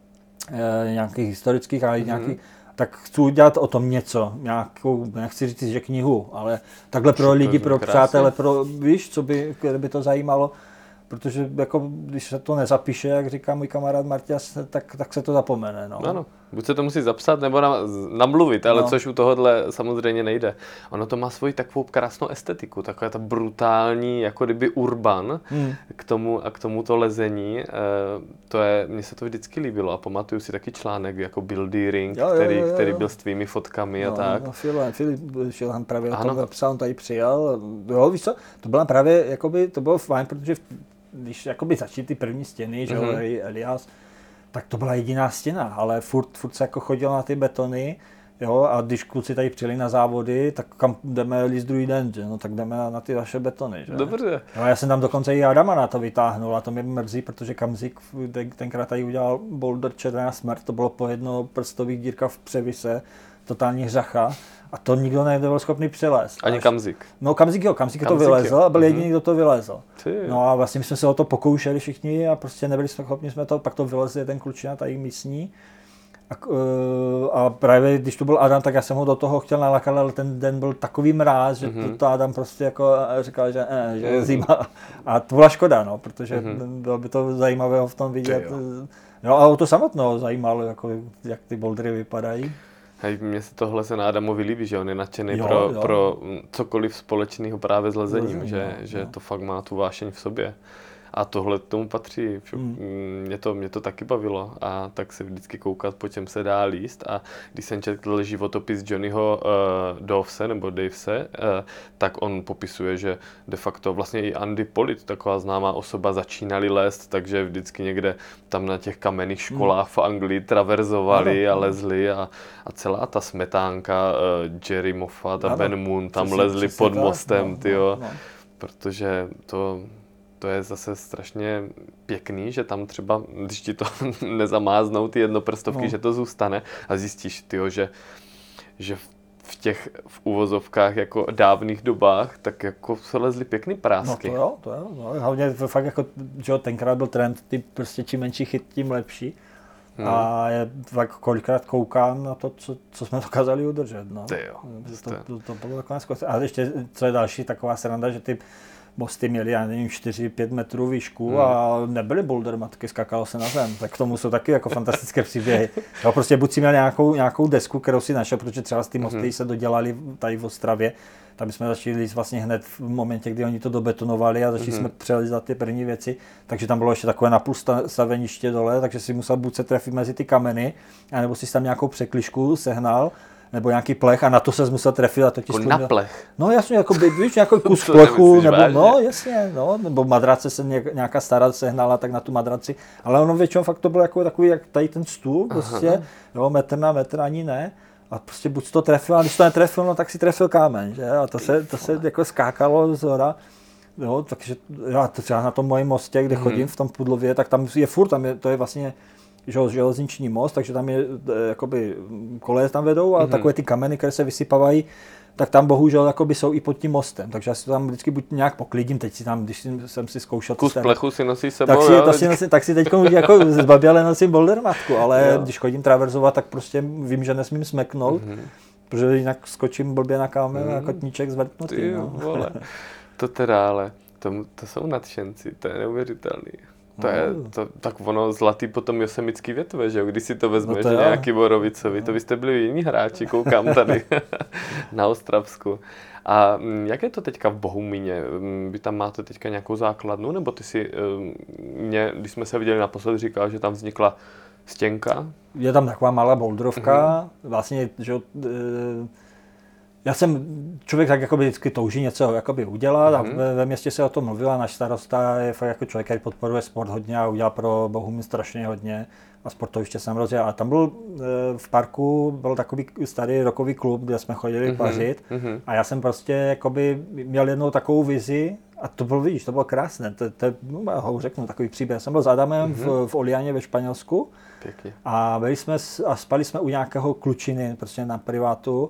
e, nějakých historických, ale i mm-hmm. nějakých, tak chci udělat o tom něco, nějakou, nechci říct, že knihu, ale takhle pro lidi, pro krásně. Přátelé, pro, víš, co by, by to zajímalo. Protože jako, když se to nezapíše, jak říká můj kamarád Martias, tak, tak se to zapomene. No. Ano, buď se to musí zapsat, nebo na, namluvit, ale no. což u tohohle samozřejmě nejde. Ono to má svoji takovou krásnou estetiku, taková ta brutální, jako kdyby urban hmm. k tomu a k tomuto lezení. E, to je, mně se to vždycky líbilo a pamatuju si taky článek jako Building, jo, jo, který, jo, jo. který byl s tvými fotkami no, a tak. No, Filip Šilhan právě o tom napsal, on tady přijal. Jo, víš co, to byla právě, jakoby, to bylo fajn, protože v, když jakoby začaly ty první stěny, že mm-hmm. jo, Elias, tak to byla jediná stěna, ale furt, furt se jako chodilo na ty betony, jo, a když kluci tady přijeli na závody, tak kam jdeme líst druhý den, že? No tak jdeme na, na ty vaše betony, že? Dobře. No, já jsem tam dokonce i Adama na to vytáhnul a to mě mrzí, protože Kamzik ten, tenkrát tady udělal boulder Červená smrt, to bylo po jednoprstových dírka v převise, totální hřacha. A to nikdo nebyl schopný přelézt. Ani Až... Kamzik. No Kamzik jo, Kamzik, Kamzik to vylezl a byl mm-hmm. jediný, kdo to vylezl. Ty, no a vlastně my jsme se o to pokoušeli všichni a prostě nebyli jsme schopni, jsme to, pak to vylezli ten klučina tady místní. A, a právě když tu byl Adam, tak já jsem ho do toho chtěl nalakat, ale ten den byl takový mráz, že mm-hmm. to, to Adam prostě jako říkal, že, ne, že je zima. A to byla škoda, no, protože mm-hmm. bylo by to zajímavé v tom vidět. No a o to samotného zajímalo, jako, jak ty bouldery vypadají. Hej, mně se tohle se na Adamovi líbí, že on je nadšený jo, pro, jo. pro cokoliv společného právě s lezením, Lezení, že, jo, že jo. to fakt má tu vášeň v sobě. A tohle k tomu patří. Mm. Mě, to, mě to taky bavilo a tak se vždycky koukat, po čem se dá líst. A když jsem četl životopis Johnnyho uh, Dovese nebo Davese, uh, tak on popisuje, že de facto vlastně i Andy Polit, taková známá osoba, začínali lézt, takže vždycky někde tam na těch kamenných školách mm. v Anglii traverzovali ano, a lezli a, a celá ta smetánka uh, Jerry Moffat a ano, Ben Moon tam přesně, lezli přesně pod tak, mostem, no, tyjo, no, no. Protože to... To je zase strašně pěkný, že tam třeba, když ti to nezamáznou ty jednoprstovky, no. že to zůstane a zjistíš, tyjo, že, že v těch v uvozovkách jako dávných dobách, tak jako se lezly pěkný prásky. No to jo, to jo. No, hlavně fakt jako, že tenkrát byl trend, ty prostě čím menší chyt, tím lepší. Hmm. A je, tak kolikrát koukám na to, co, co jsme dokázali udržet. No. Ty jo. To, to, to, to bylo taková skvělé. A ještě, co je další taková sranda, že ty mosty měly, já nevím, čtyři pět metrů výšku hmm. a nebyly boulder matky, skakalo se na zem. Tak k tomu jsou taky jako fantastické příběhy. Jo, prostě buď si měl nějakou, nějakou desku, kterou si našel, protože třeba ty mosty hmm. se dodělali tady v Ostravě. Tam jsme začali líst vlastně hned v momentě, kdy oni to dobetonovali a začali mm-hmm. jsme přelizat ty první věci, takže tam bylo ještě takové napůl staveniště dole, takže si musel buď se trefit mezi ty kameny, anebo si tam nějakou překližku sehnal, nebo nějaký plech a na to se musel trefit a to ti jako na plech? No jasně, jako by, víš, nějaký kus plechu, nebo vážně? No jasně, no, nebo madrace se nějaká stará sehnala, tak na tu madraci, ale ono většinou fakt to bylo jako takový, jak tady ten stůl, prostě, jo, metr na metr ani ne. A prostě buď to trefil, a když to netrefil, no tak si trefil kámen, že? A to se, to se jako skákalo z hora. Jo, takže já to třeba na tom mojím mostě, kde mm. chodím v tom Pudlově, tak tam je furt, tam je, to je vlastně železniční most, takže tam je, jakoby, koleje tam vedou a mm. takové ty kameny, které se vysypávají, tak tam bohužel jakoby jsou i pod tím mostem, takže já si to tam vždycky buď nějak poklidím, teď si tam, když jsem si zkoušel... Kus plechu si nosí sebou, tak si, jo, si nosím, tak si teď jako zbaběle nosím boulder matku, ale jo. Když chodím traverzovat, tak prostě vím, že nesmím smeknout, mm-hmm. protože jinak skočím blbě na kámen mm. a kotníček zvrtnutý. Ty, no. Vole. To teda ale, to, to jsou nadšenci, to je neuvěřitelný. To je, to, tak ono zlatý potom josemický větve, že jo, když si to vezmeš, no to nějaký Borovicovi, no. To byste byli jiní hráči, koukám tady na Ostravsku. A jak je to teďka v Bohumíně? Vy tam máte teďka nějakou základnu, nebo ty si, mě, když jsme se viděli naposled, říkal, že tam vznikla stěnka? Je tam taková malá boulderovka, mm-hmm. vlastně, že já jsem člověk tak jakoby vždycky touží něco jakoby udělat mm-hmm. a ve, ve městě se o tom mluvila, náš starosta je fakt jako člověk, který podporuje sport hodně a udělal pro Bohumín strašně hodně a sportoviště jsem rozjel. A tam byl v parku, byl takový starý rokový klub, kde jsme chodili mm-hmm. pařit mm-hmm. a já jsem prostě jakoby měl jednou takovou vizi A to bylo, vidíš, to bylo krásné. To, to, no, já ho řeknu takový příběh. Jsem byl s Adamem mm-hmm. v, v Olianě ve Španělsku. Pěkně. A byli jsme a spali jsme u nějakého klučiny, prostě na privátu.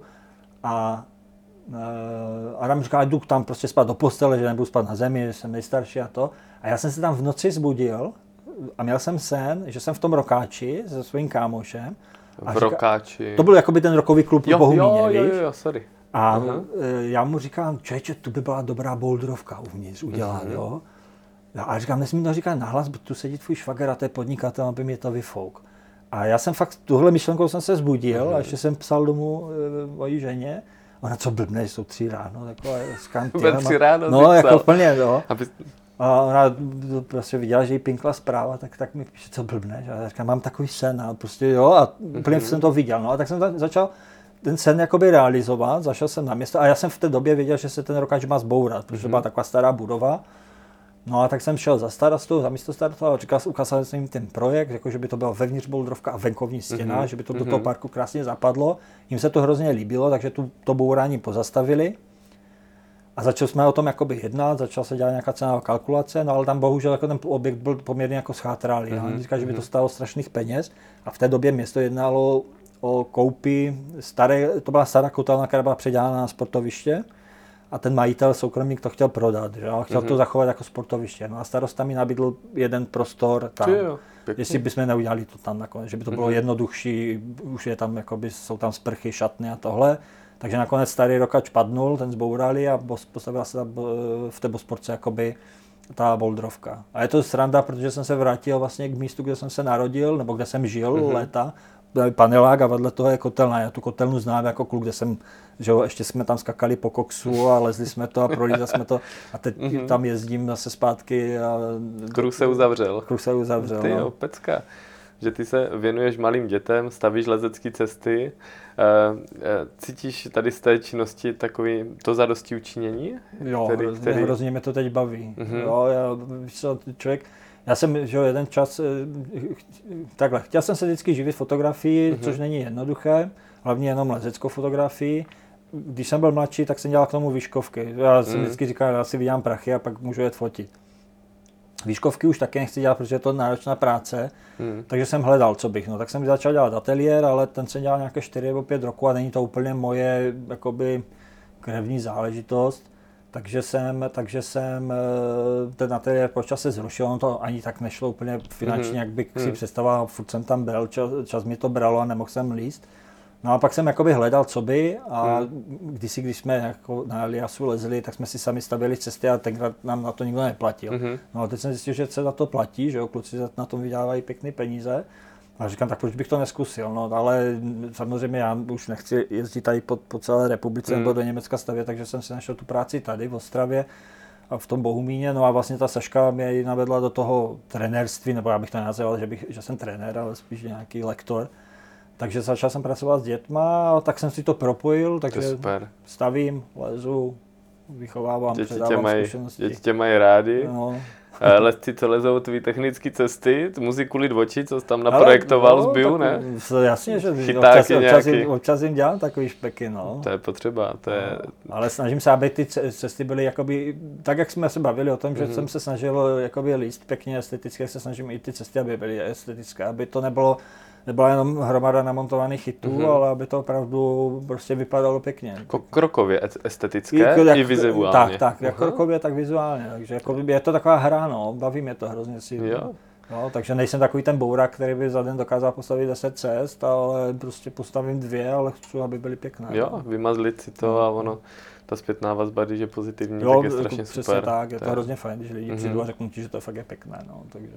A uh, Adam říkal, jdu tam prostě spát do postele, že nebudu spát na zemi, že jsem nejstarší a to. A já jsem se tam v noci zbudil a měl jsem sen, že jsem v tom rokáči se svým kámošem. V říká, rokáči. To byl jakoby ten rokový klub jo, v Bohumíně, jo, jo, víš? Jo, jo, sorry. A uh-huh. já mu říkám, čeče, tu by byla dobrá bouldrovka uvnitř udělat, uh-huh. jo. A říkám, nesmím to říkat nahlas, protože tu sedí tvůj švagr a to je podnikatel, aby mě to vyfouk. A já jsem fakt, tuhle myšlenkou jsem se zbudil uh-huh. a ještě jsem psal domů e, mojí ženě. Ona, co blbne, jsou tři ráno, taková skantě. tři ráno no, jako plně, no. Aby... A ona prostě viděla, že jí pinkla zpráva, tak, tak mi píše, co blbne. A já říkám, mám takový sen a prostě jo, a úplně uh-huh. jsem to viděl. No a tak jsem začal ten sen jakoby realizovat, zašel jsem na město a já jsem v té době věděl, že se ten rokáč má zbourat, protože mm. byla taková stará budova. No a tak jsem šel za starostou, za místo starostu a říkal, ukázal jsem jim ten projekt, jako že by to byla vevnitř bouldrovka a venkovní stěna, mm-hmm. že by to do toho parku krásně zapadlo. Jim se to hrozně líbilo, takže tu, to bourání pozastavili. A začali jsme o tom jakoby jednat, začala se dělat nějaká cenová kalkulace, no ale tam bohužel jako ten objekt byl poměrně jako schátralý. Mm-hmm. Oni říkali, že by to stálo strašných peněz a v té době město jednalo o koupi staré, to byla stará kotelna, která byla předělána na sportoviště a ten majitel, soukromník to chtěl prodat, že? A chtěl mm-hmm. to zachovat jako sportoviště. No a starosta mi nabídl jeden prostor tam, jo, jestli bychom neudělali to tam nakonec, že by to bylo mm-hmm. jednodušší, už je tam, jakoby, jsou tam sprchy, šatny a tohle. Takže nakonec starý rokač padnul, ten zbourali a postavila se tam v té Bosporce jakoby ta bouldrovka. A je to sranda, protože jsem se vrátil vlastně k místu, kde jsem se narodil, nebo kde jsem žil mm-hmm. léta. Byl panelák a vedle toho je kotelna. Já tu kotelnu znám jako kluk, kde jsem, že jo, ještě jsme tam skakali po koksu a lezli jsme to a prolízli jsme to a teď mm-hmm. tam jezdím zase zpátky. A kruh se uzavřel. Kruh se uzavřel, Ty no. jo, pecka. Že ty se věnuješ malým dětem, stavíš lezecké cesty. Cítíš tady z té činnosti takový to zadosti učinění? Jo, který, hrozně, který... hrozně mě to teď baví. Mm-hmm. Jo, já, víš co, člověk, já jsem, že jo, jeden čas, takhle, chtěl jsem se vždycky živit fotografií, mm-hmm. což není jednoduché, hlavně jenom lezeckou fotografii. Když jsem byl mladší, tak jsem dělal k tomu výškovky. Já jsem mm. vždycky říkal, já si vydělám prachy a pak můžu jet fotit. Výškovky už taky nechci dělat, protože je to náročná práce, mm. takže jsem hledal, co bych. No, tak jsem začal dělat ateliér, ale ten jsem dělal nějaké čtyři nebo pět roku a není to úplně moje jakoby krevní záležitost. Takže jsem, takže jsem ten ateliér po čase zrušil, on to ani tak nešlo úplně finančně, mm. jak bych mm. si představoval, furt jsem tam byl, čas, čas mi to bralo a nemohl jsem líst. No a pak jsem jakoby hledal, co by a mm. kdysi, když jsme jako na Eliasu lezli, tak jsme si sami stavili cesty a tenkrát nám na to nikdo neplatil. Mm. No a teď jsem zjistil, že se za to platí, že jo, kluci na tom vydávají pěkné peníze. A říkám, tak proč bych to neskusil, no, ale samozřejmě já už nechci jezdit tady po, po celé republice mm. nebo do Německa stavět, takže jsem si našel tu práci tady v Ostravě a v tom Bohumíně, no a vlastně ta Saška mě navedla do toho trenérství, nebo já bych to nenazval, že, bych, že jsem trenér, ale spíš nějaký lektor. Takže začal jsem pracovat s dětma a tak jsem si to propojil, takže super. Stavím, lezu, vychovávám, děti předávám mají, zkušenosti. Děti tě mají rádi. No. Lezci, co lezou tvý technické cesty, musí kulit oči, co jsi tam naprojektoval no, z B I U, ne? Jasně, že občas, občas, jim, občas jim dělám takový špeky, no. To je potřeba, to je... No, ale snažím se, aby ty cesty byly jakoby, tak jak jsme se bavili o tom, že mm-hmm. jsem se snažil jakoby líst pěkně esteticky, jak se snažím i ty cesty, aby byly estetické, aby to nebylo nebyla jenom hromada namontovaných chytů, mm-hmm. ale aby to opravdu prostě vypadalo pěkně. Jako krokově estetické i, jak, i vizuálně. Tak, tak, jak krokově, tak vizuálně. Takže jako je to taková hra, no, baví mě to hrozně si. Jo. No, takže nejsem takový ten bourak, který by za den dokázal postavit deset cest, ale prostě postavím dvě, ale chci, aby byly pěkné. Jo, no. vymazlit si to no. a ono, ta zpětná vazba, když je pozitivní, jo, tak je strašně jako, super. Přesně tak, je to, to hrozně fajn, když lidi mm-hmm. přijdou a řeknou ti, že to fakt je pěkné, no, takže.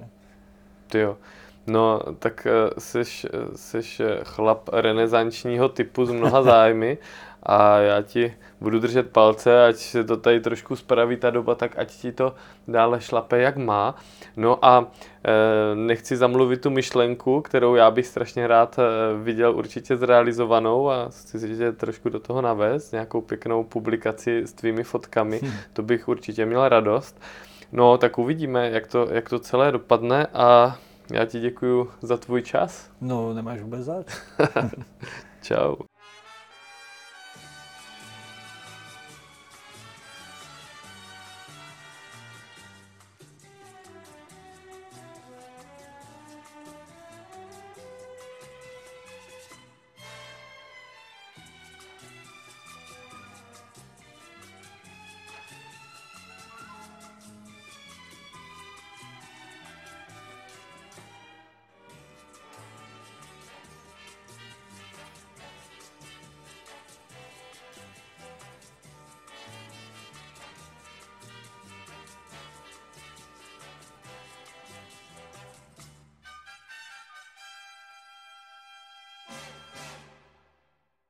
Ty jo. No, tak seš, seš chlap renesančního typu s mnoha zájmy a já ti budu držet palce, ať se to tady trošku spraví ta doba, tak ať ti to dále šlape jak má. No a e, nechci zamluvit tu myšlenku, kterou já bych strašně rád viděl určitě zrealizovanou a chci si tě trošku do toho navést, nějakou pěknou publikaci s tvými fotkami, hmm. to bych určitě měl radost. No, tak uvidíme, jak to, jak to celé dopadne a já ti děkuju za tvůj čas. No, nemáš vůbec zač. Čau.